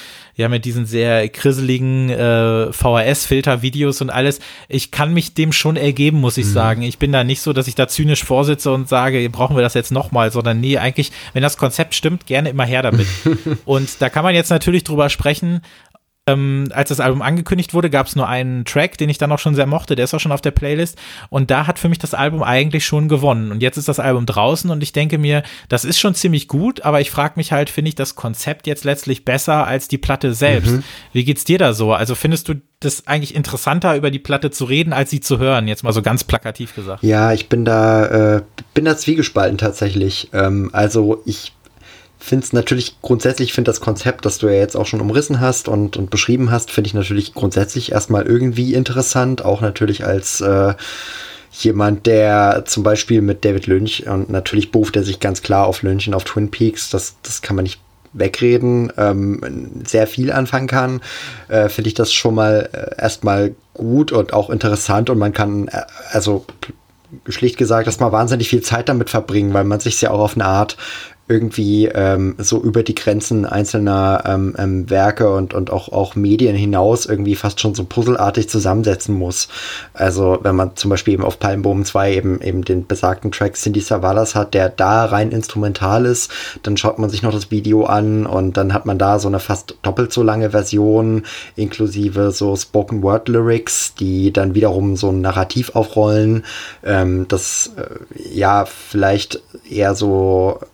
krisseligen VHS-Filter-Videos und alles. Ich kann mich dem schon ergeben, muss ich sagen. Ich bin da nicht so, dass ich da zynisch vorsitze und sage, brauchen wir das jetzt nochmal, sondern nee, eigentlich, wenn das Konzept stimmt, gerne immer her damit. Und da kann man jetzt natürlich drüber sprechen. Als das Album angekündigt wurde, gab es nur einen Track, den ich dann auch schon sehr mochte, der ist auch schon auf der Playlist und da hat für mich das Album eigentlich schon gewonnen und jetzt ist das Album draußen und ich denke mir, das ist schon ziemlich gut, aber ich frage mich halt, finde ich das Konzept jetzt letztlich besser als die Platte selbst? Wie geht's dir da so? Also findest du das eigentlich interessanter, über die Platte zu reden, als sie zu hören? Jetzt mal so ganz plakativ gesagt. Ja, ich bin da zwiegespalten tatsächlich. Also ich finde es natürlich grundsätzlich, das Konzept, das du ja jetzt auch schon umrissen hast und beschrieben hast, finde ich natürlich grundsätzlich erstmal irgendwie interessant, auch natürlich als jemand, der zum Beispiel mit David Lynch, und natürlich beruft er sich ganz klar auf Lynch und auf Twin Peaks, das kann man nicht wegreden, sehr viel anfangen kann, finde ich das schon mal erstmal gut und auch interessant und man kann, also schlicht gesagt, dass man wahnsinnig viel Zeit damit verbringen, weil man sich ja auch auf eine Art irgendwie so über die Grenzen einzelner Werke und auch Medien hinaus irgendwie fast schon so puzzelartig zusammensetzen muss. Also wenn man zum Beispiel eben auf Palmboom 2 eben den besagten Track Cindy Savalas hat, der da rein instrumental ist, dann schaut man sich noch das Video an und dann hat man da so eine fast doppelt so lange Version inklusive so Spoken Word Lyrics, die dann wiederum so ein Narrativ aufrollen, das ja vielleicht eher so wie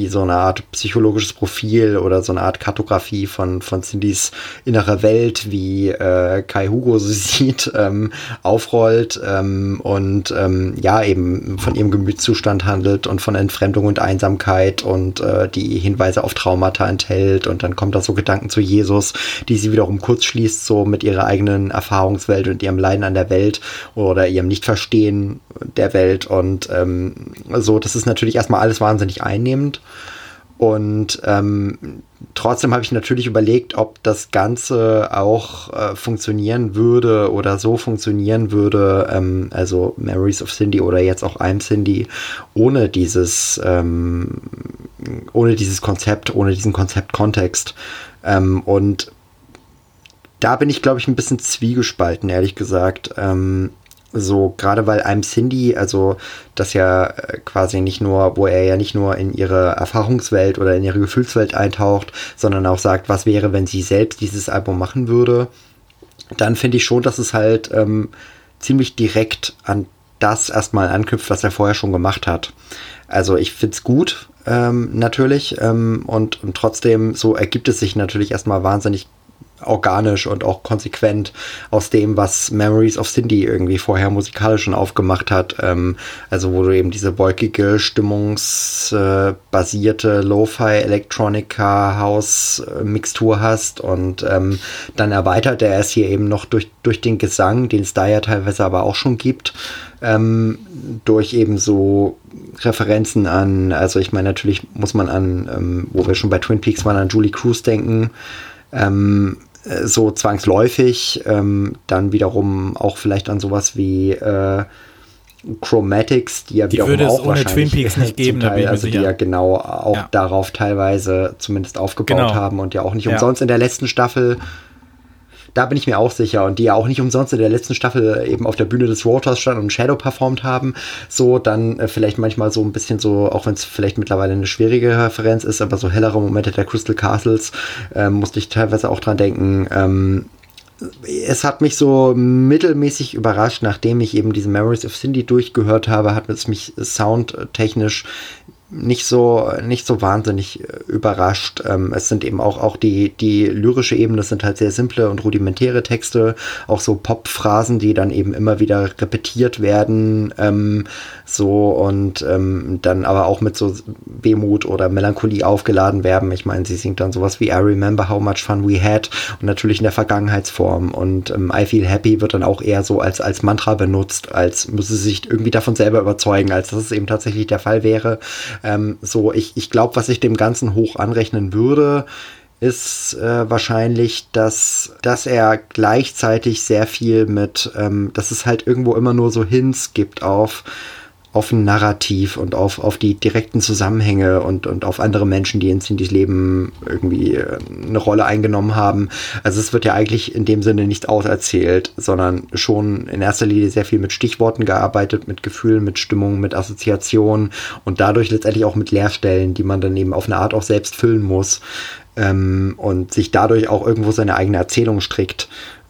wie so eine Art psychologisches Profil oder so eine Art Kartografie von Cindys innerer Welt, wie Kai Hugo sie sieht, aufrollt und eben von ihrem Gemütszustand handelt und von Entfremdung und Einsamkeit und die Hinweise auf Traumata enthält, und dann kommt da so Gedanken zu Jesus, die sie wiederum kurz schließt, so mit ihrer eigenen Erfahrungswelt und ihrem Leiden an der Welt oder ihrem Nichtverstehen der Welt, und so, das ist natürlich erstmal alles wahnsinnig einnehmend, und trotzdem habe ich natürlich überlegt, ob das Ganze auch funktionieren würde oder so funktionieren würde, also Memories of Cindy oder jetzt auch I'm Cindy, ohne dieses Konzept, ohne diesen Konzeptkontext, und da bin ich, glaube ich, ein bisschen zwiegespalten, ehrlich gesagt. So, gerade weil I'm Cindy, also das ja quasi nicht nur, wo er ja nicht nur in ihre Erfahrungswelt oder in ihre Gefühlswelt eintaucht, sondern auch sagt, was wäre, wenn sie selbst dieses Album machen würde, dann finde ich schon, dass es halt ziemlich direkt an das erstmal anknüpft, was er vorher schon gemacht hat. Also ich find's gut, natürlich, und trotzdem so ergibt es sich natürlich erstmal wahnsinnig organisch und auch konsequent aus dem, was Memories of Cindy irgendwie vorher musikalisch schon aufgemacht hat. Also wo du eben diese wolkige, stimmungsbasierte Lo-Fi, Electronica, House-Mixtur hast, und dann erweitert er es hier eben noch durch den Gesang, den es da ja teilweise aber auch schon gibt, durch eben so Referenzen an, also ich meine, natürlich muss man an, wo wir schon bei Twin Peaks waren, an Julie Cruz denken, so zwangsläufig, dann wiederum auch vielleicht an sowas wie Chromatics, die ja wiederum würde es auch ohne wahrscheinlich Twin Peaks nicht geben, Teil, also die ja genau auch ja. darauf teilweise zumindest aufgebaut haben und ja auch nicht umsonst in der letzten Staffel, da bin ich mir auch sicher, und die ja auch nicht umsonst in der letzten Staffel eben auf der Bühne des Roadhouse standen und Shadow performt haben, so dann vielleicht manchmal so ein bisschen so, auch wenn es vielleicht mittlerweile eine schwierige Referenz ist, aber so hellere Momente der Crystal Castles, musste ich teilweise auch dran denken. Es hat mich so mittelmäßig überrascht, nachdem ich eben diese Memories of Cindy durchgehört habe, hat es mich soundtechnisch nicht so wahnsinnig überrascht. Es sind eben auch die lyrische Ebene, das sind halt sehr simple und rudimentäre Texte, auch so Pop-Phrasen, die dann eben immer wieder repetiert werden, so, und dann aber auch mit so Wehmut oder Melancholie aufgeladen werden. Ich meine, sie singt dann sowas wie I remember how much fun we had, und natürlich in der Vergangenheitsform, und I feel happy wird dann auch eher so als Mantra benutzt, als müsse sie sich irgendwie davon selber überzeugen, als dass es eben tatsächlich der Fall wäre. So, ich glaube, was ich dem Ganzen hoch anrechnen würde, ist wahrscheinlich, dass er gleichzeitig sehr viel mit, dass es halt irgendwo immer nur so Hints gibt auf ein Narrativ und auf die direkten Zusammenhänge und auf andere Menschen, die in Cindys Leben irgendwie eine Rolle eingenommen haben. Also es wird ja eigentlich in dem Sinne nicht auserzählt, sondern schon in erster Linie sehr viel mit Stichworten gearbeitet, mit Gefühlen, mit Stimmung, mit Assoziationen und dadurch letztendlich auch mit Leerstellen, die man dann eben auf eine Art auch selbst füllen muss, und sich dadurch auch irgendwo seine eigene Erzählung strickt.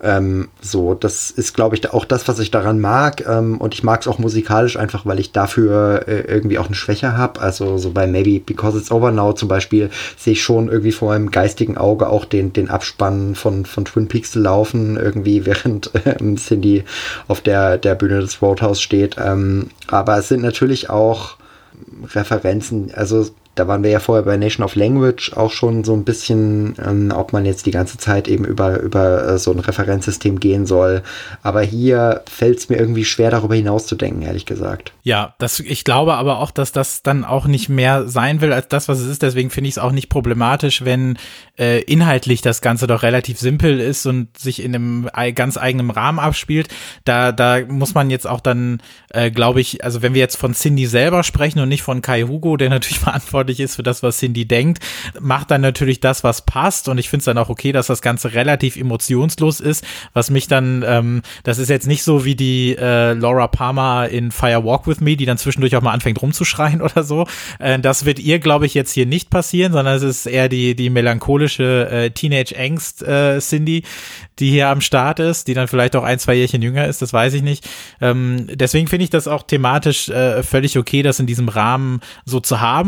So, das ist, glaube ich, auch das, was ich daran mag, und ich mag es auch musikalisch einfach, weil ich dafür irgendwie auch eine Schwäche habe. Also so bei Maybe Because It's Over Now zum Beispiel sehe ich schon irgendwie vor meinem geistigen Auge auch den Abspann von Twin Peaks zu laufen, irgendwie während Cindy auf der Bühne des Roadhouse steht. Aber es sind natürlich auch Referenzen, also da waren wir ja vorher bei Nation of Language auch schon so ein bisschen, ob man jetzt die ganze Zeit eben über so ein Referenzsystem gehen soll. Aber hier fällt es mir irgendwie schwer, darüber hinaus zu denken, ehrlich gesagt. Ja, ich glaube aber auch, dass das dann auch nicht mehr sein will als das, was es ist. Deswegen finde ich es auch nicht problematisch, wenn inhaltlich das Ganze doch relativ simpel ist und sich in einem ganz eigenen Rahmen abspielt. Da muss man jetzt auch dann, glaube ich, also wenn wir jetzt von Cindy selber sprechen und nicht von Kai Hugo, der natürlich verantwortlich ist für das, was Cindy denkt, macht dann natürlich das, was passt, und ich finde es dann auch okay, dass das Ganze relativ emotionslos ist, was mich dann, das ist jetzt nicht so wie die Laura Palmer in Fire Walk With Me, die dann zwischendurch auch mal anfängt rumzuschreien oder so. Das wird ihr, glaube ich, jetzt hier nicht passieren, sondern es ist eher die melancholische Teenage-Angst Cindy, die hier am Start ist, die dann vielleicht auch 1-2 Jährchen jünger ist, das weiß ich nicht. Deswegen finde ich das auch thematisch völlig okay, das in diesem Rahmen so zu haben, um dann eben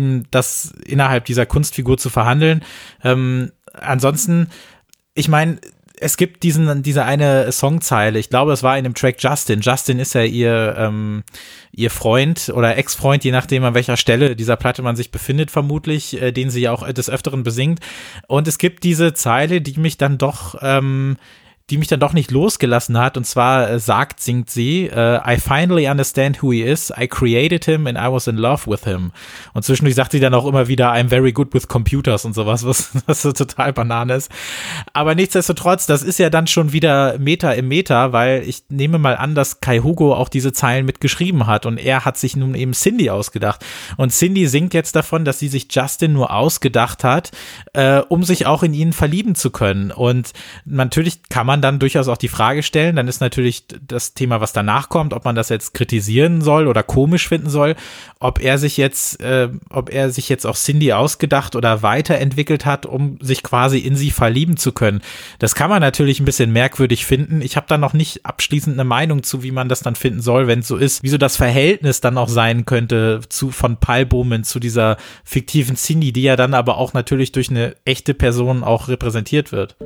eben das innerhalb dieser Kunstfigur zu verhandeln. Ansonsten, ich meine, es gibt diese eine Songzeile, ich glaube, das war in dem Track Justin. Justin ist ja ihr Freund oder Ex-Freund, je nachdem, an welcher Stelle dieser Platte man sich befindet, vermutlich, den sie ja auch des Öfteren besingt. Und es gibt diese Zeile, die mich dann doch nicht losgelassen hat, und zwar singt sie, I finally understand who he is, I created him and I was in love with him. Und zwischendurch sagt sie dann auch immer wieder, I'm very good with computers und sowas, was so total Banane ist. Aber nichtsdestotrotz, das ist ja dann schon wieder Meta im Meta, weil ich nehme mal an, dass Kai Hugo auch diese Zeilen mitgeschrieben hat und er hat sich nun eben Cindy ausgedacht. Und Cindy singt jetzt davon, dass sie sich Justin nur ausgedacht hat, um sich auch in ihn verlieben zu können. Und natürlich kann man dann durchaus auch die Frage stellen, dann ist natürlich das Thema, was danach kommt, ob man das jetzt kritisieren soll oder komisch finden soll, ob er sich jetzt auch Cindy ausgedacht oder weiterentwickelt hat, um sich quasi in sie verlieben zu können. Das kann man natürlich ein bisschen merkwürdig finden. Ich habe da noch nicht abschließend eine Meinung zu, wie man das dann finden soll, wenn es so ist, wie so das Verhältnis dann auch sein könnte von Paul Bowman zu dieser fiktiven Cindy, die ja dann aber auch natürlich durch eine echte Person auch repräsentiert wird.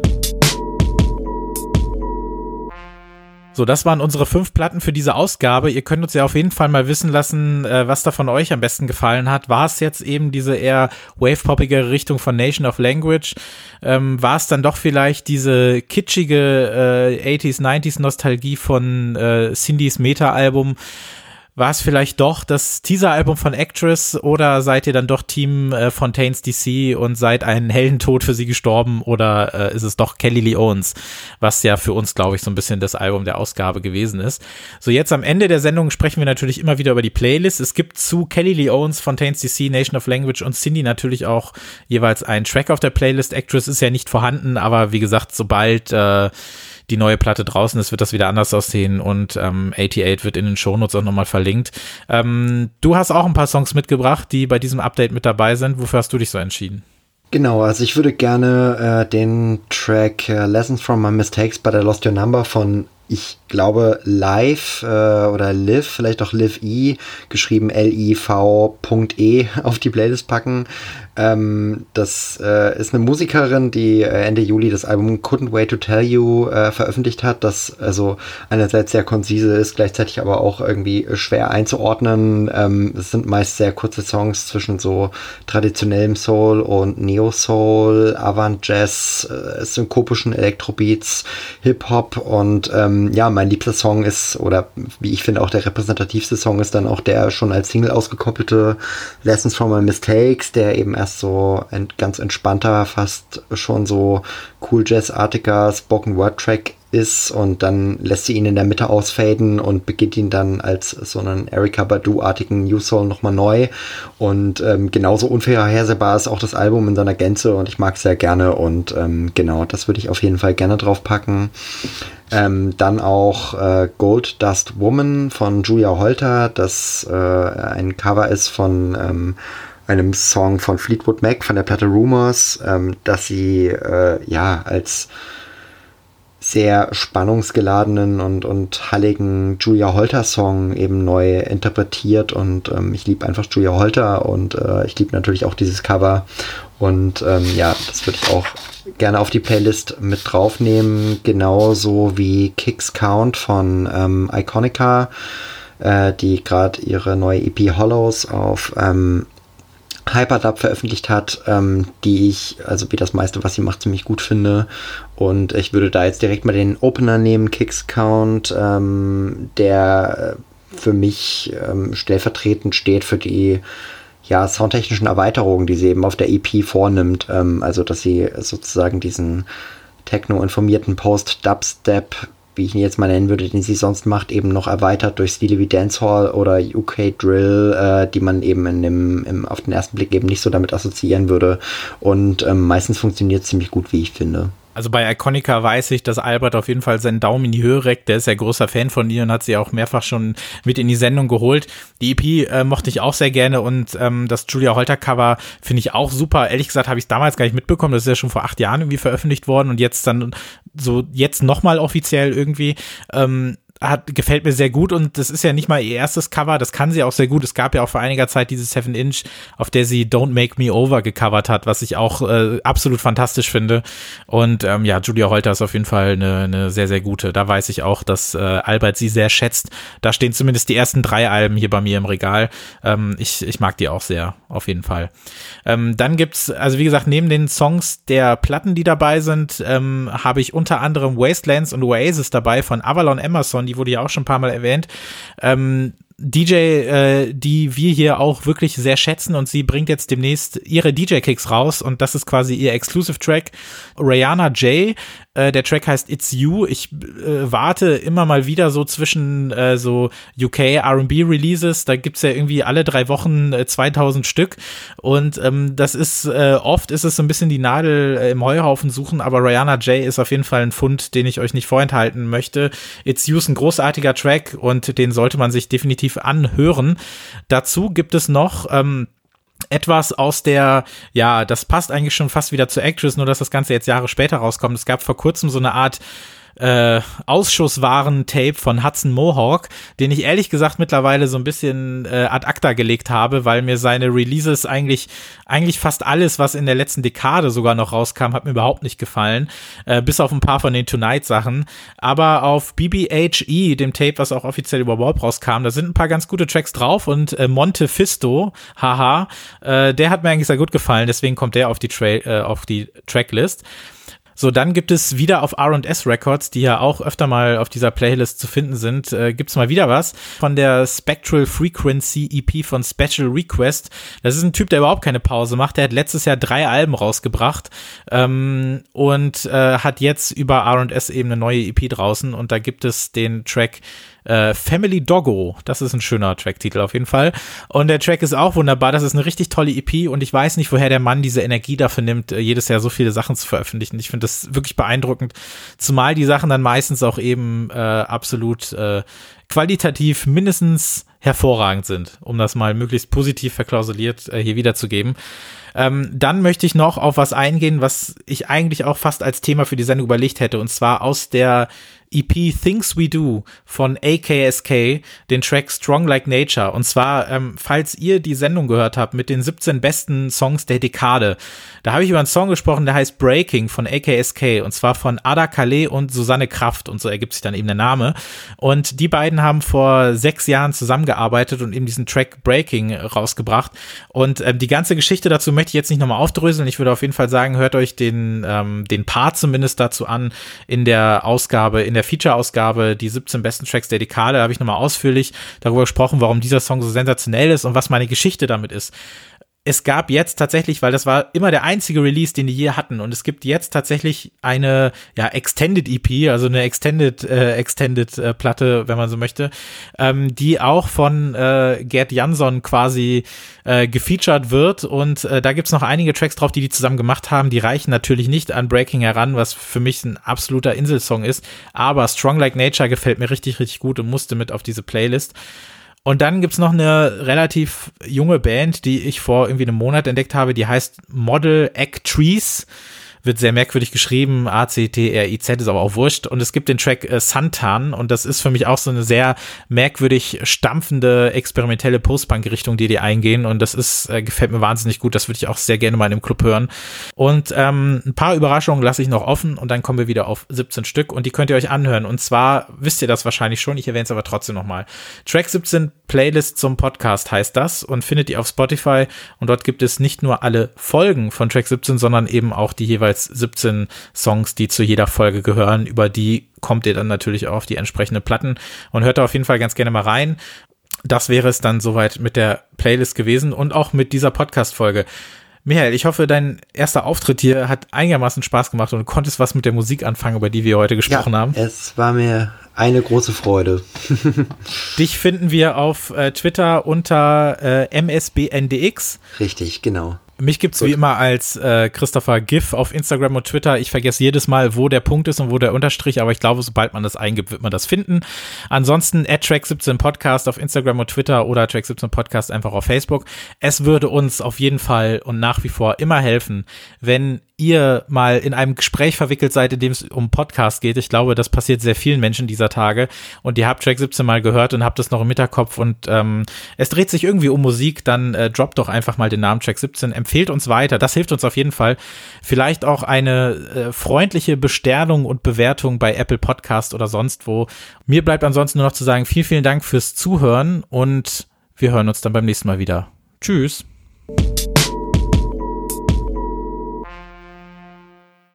So, das waren unsere 5 Platten für diese Ausgabe. Ihr könnt uns ja auf jeden Fall mal wissen lassen, was da von euch am besten gefallen hat. War es jetzt eben diese eher wave-poppigere Richtung von Nation of Language? War es dann doch vielleicht diese kitschige 80s, 90s Nostalgie von Cindys Meta-Album? War es vielleicht doch das Teaser-Album von Actress oder seid ihr dann doch Team Fontaines DC und seid einen Heldentod für sie gestorben, oder ist es doch Kelly Lee Owens, was ja für uns, glaube ich, so ein bisschen das Album der Ausgabe gewesen ist. So, jetzt am Ende der Sendung sprechen wir natürlich immer wieder über die Playlist. Es gibt zu Kelly Lee Owens, Fontaines DC, Nation of Language und Cindy natürlich auch jeweils einen Track auf der Playlist. Actress ist ja nicht vorhanden, aber wie gesagt, sobald die neue Platte draußen ist, wird das wieder anders aussehen, und 88 wird in den Shownotes auch nochmal verlinkt. Du hast auch ein paar Songs mitgebracht, die bei diesem Update mit dabei sind. Wofür hast du dich so entschieden? Genau, also ich würde gerne den Track Lessons from My Mistakes but I Lost Your Number von, ich glaube, Live oder Liv, vielleicht auch Liv-E, geschrieben L-I-V.E, auf die Playlist packen. Das ist eine Musikerin, die Ende Juli das Album Couldn't Wait to Tell You veröffentlicht hat, das also einerseits sehr konzise ist, gleichzeitig aber auch irgendwie schwer einzuordnen. Es sind meist sehr kurze Songs zwischen so traditionellem Soul und Neo-Soul, Avant-Jazz, synkopischen Elektrobeats, Hip-Hop, und mein liebster Song ist, oder wie ich finde auch der repräsentativste Song ist dann auch der schon als Single ausgekoppelte Lessons from My Mistakes, der eben erst so ein ganz entspannter, fast schon so cool Jazz-artiger Spoken-Word-Track ist, und dann lässt sie ihn in der Mitte ausfaden und beginnt ihn dann als so einen Erykah Badu-artigen New Soul nochmal neu, und genauso unvorhersehbar ist auch das Album in seiner Gänze, und ich mag es sehr gerne, und genau, das würde ich auf jeden Fall gerne drauf packen. Dann auch Gold Dust Woman von Julia Holter, das ein Cover ist von einem Song von Fleetwood Mac von der Platte Rumors, dass sie als sehr spannungsgeladenen und halligen Julia Holter-Song eben neu interpretiert, und ich liebe einfach Julia Holter, und ich liebe natürlich auch dieses Cover, und das würde ich auch gerne auf die Playlist mit draufnehmen, genauso wie Kicks Count von Iconica, die gerade ihre neue EP Hollows auf Hyperdub veröffentlicht hat, die ich, also wie das meiste, was sie macht, ziemlich gut finde. Und ich würde da jetzt direkt mal den Opener nehmen, Kicks Count, der für mich stellvertretend steht für die soundtechnischen Erweiterungen, die sie eben auf der EP vornimmt. Also, dass sie sozusagen diesen techno-informierten Post-Dubstep, wie ich ihn jetzt mal nennen würde, den sie sonst macht, eben noch erweitert durch Stile wie Dancehall oder UK Drill, die man eben auf den ersten Blick eben nicht so damit assoziieren würde. Und meistens funktioniert es ziemlich gut, wie ich finde. Also bei Iconica weiß ich, dass Albert auf jeden Fall seinen Daumen in die Höhe reckt. Der ist ja großer Fan von ihr und hat sie auch mehrfach schon mit in die Sendung geholt. Die EP mochte ich auch sehr gerne, und das Julia Holter Cover finde ich auch super. Ehrlich gesagt habe ich es damals gar nicht mitbekommen. Das ist ja schon vor 8 Jahren irgendwie veröffentlicht worden, und jetzt nochmal offiziell irgendwie. gefällt mir sehr gut und das ist ja nicht mal ihr erstes Cover, das kann sie auch sehr gut. Es gab ja auch vor einiger Zeit diese 7-Inch, auf der sie Don't Make Me Over gecovert hat, was ich auch absolut fantastisch finde. Und Julia Holter ist auf jeden Fall eine sehr, sehr gute. Da weiß ich auch, dass Albert sie sehr schätzt. Da stehen zumindest die ersten 3 Alben hier bei mir im Regal. Ich mag die auch sehr, auf jeden Fall. Dann gibt's, also wie gesagt, neben den Songs der Platten, die dabei sind, habe ich unter anderem Wastelands und Oasis dabei von Avalon Emerson, die wurde ja auch schon ein paar Mal erwähnt. DJ, die wir hier auch wirklich sehr schätzen und sie bringt jetzt demnächst ihre DJ-Kicks raus und das ist quasi ihr Exclusive-Track. Rihanna J, der Track heißt It's You. Ich warte immer mal wieder so zwischen so UK R&B-Releases, da gibt's ja irgendwie alle 3 Wochen 2000 Stück und das ist, oft ist es so ein bisschen die Nadel im Heuhaufen suchen, aber Rihanna J ist auf jeden Fall ein Fund, den ich euch nicht vorenthalten möchte. It's You ist ein großartiger Track und den sollte man sich definitiv anhören. Dazu gibt es noch etwas aus der, ja, das passt eigentlich schon fast wieder zu Actress, nur dass das Ganze jetzt Jahre später rauskommt. Es gab vor kurzem so eine Art Ausschusswaren-Tape von Hudson Mohawk, den ich ehrlich gesagt mittlerweile so ein bisschen ad acta gelegt habe, weil mir seine Releases eigentlich fast alles, was in der letzten Dekade sogar noch rauskam, hat mir überhaupt nicht gefallen, bis auf ein paar von den Tonight-Sachen. Aber auf BBHE, dem Tape, was auch offiziell über Warp rauskam, da sind ein paar ganz gute Tracks drauf und Montefisto, haha, der hat mir eigentlich sehr gut gefallen, deswegen kommt der auf die Tracklist. So, dann gibt es wieder auf R&S Records, die ja auch öfter mal auf dieser Playlist zu finden sind, gibt's mal wieder was von der Spectral Frequency EP von Special Request. Das ist ein Typ, der überhaupt keine Pause macht. Der hat letztes Jahr 3 Alben rausgebracht und hat jetzt über R&S eben eine neue EP draußen und da gibt es den Track Family Doggo, das ist ein schöner Tracktitel auf jeden Fall. Und der Track ist auch wunderbar, das ist eine richtig tolle EP und ich weiß nicht, woher der Mann diese Energie dafür nimmt, jedes Jahr so viele Sachen zu veröffentlichen. Ich finde das wirklich beeindruckend, zumal die Sachen dann meistens auch eben absolut qualitativ mindestens hervorragend sind, um das mal möglichst positiv verklausuliert hier wiederzugeben. Dann möchte ich noch auf was eingehen, was ich eigentlich auch fast als Thema für die Sendung überlegt hätte, und zwar aus der EP Things We Do von AKSK, den Track Strong Like Nature. Und zwar, falls ihr die Sendung gehört habt mit den 17 besten Songs der Dekade, da habe ich über einen Song gesprochen, der heißt Breaking von AKSK, und zwar von Ada Calais und Susanne Kraft, und so ergibt sich dann eben der Name. Und die beiden haben vor 6 Jahren zusammengearbeitet und eben diesen Track Breaking rausgebracht. Und die ganze Geschichte dazu möchte ich jetzt nicht nochmal aufdröseln. Ich würde auf jeden Fall sagen, hört euch den Part zumindest dazu an in der Feature-Ausgabe, die 17 besten Tracks der Dekade, habe ich nochmal ausführlich darüber gesprochen, warum dieser Song so sensationell ist und was meine Geschichte damit ist. Es gab jetzt tatsächlich, weil das war immer der einzige Release, den die je hatten, und es gibt jetzt tatsächlich eine Extended EP, also eine Extended Platte, wenn man so möchte, die auch von Gerd Jansson quasi gefeatured wird, und da gibt's noch einige Tracks drauf, die zusammen gemacht haben. Die reichen natürlich nicht an Breaking heran, was für mich ein absoluter Inselsong ist, aber Strong Like Nature gefällt mir richtig, richtig gut und musste mit auf diese Playlist. Und dann gibt's noch eine relativ junge Band, die ich vor irgendwie einem Monat entdeckt habe, die heißt Model Actrice. Wird sehr merkwürdig geschrieben, A-C-T-R-I-Z, ist aber auch wurscht. Und es gibt den Track Santan, und das ist für mich auch so eine sehr merkwürdig stampfende, experimentelle Post-Punk-Richtung, die eingehen. Und das gefällt mir wahnsinnig gut. Das würde ich auch sehr gerne mal in einem Club hören. Und ein paar Überraschungen lasse ich noch offen, und dann kommen wir wieder auf 17 Stück, und die könnt ihr euch anhören. Und zwar wisst ihr das wahrscheinlich schon, ich erwähne es aber trotzdem nochmal. Track 17 Playlist zum Podcast heißt das, und findet ihr auf Spotify, und dort gibt es nicht nur alle Folgen von Track 17, sondern eben auch die jeweils 17 Songs, die zu jeder Folge gehören. Über die kommt ihr dann natürlich auch auf die entsprechenden Platten, und hört da auf jeden Fall ganz gerne mal rein. Das wäre es dann soweit mit der Playlist gewesen und auch mit dieser Podcast-Folge. Michael, ich hoffe, dein erster Auftritt hier hat einigermaßen Spaß gemacht und du konntest was mit der Musik anfangen, über die wir heute gesprochen haben. Es war mir eine große Freude. Dich finden wir auf Twitter unter MSBNDX. Richtig, genau. Mich gibt's wie immer als Christopher Giff auf Instagram und Twitter. Ich vergesse jedes Mal, wo der Punkt ist und wo der Unterstrich, aber ich glaube, sobald man das eingibt, wird man das finden. Ansonsten @Track17Podcast auf Instagram und Twitter oder Track17Podcast einfach auf Facebook. Es würde uns auf jeden Fall und nach wie vor immer helfen, wenn ihr mal in einem Gespräch verwickelt seid, in dem es um Podcast geht. Ich glaube, das passiert sehr vielen Menschen dieser Tage und ihr habt Track 17 mal gehört und habt es noch im Hinterkopf und es dreht sich irgendwie um Musik, dann droppt doch einfach mal den Namen Track 17, empfehlt uns weiter, das hilft uns auf jeden Fall. Vielleicht auch eine freundliche Besternung und Bewertung bei Apple Podcast oder sonst wo. Mir bleibt ansonsten nur noch zu sagen, vielen Dank fürs Zuhören und wir hören uns dann beim nächsten Mal wieder. Tschüss.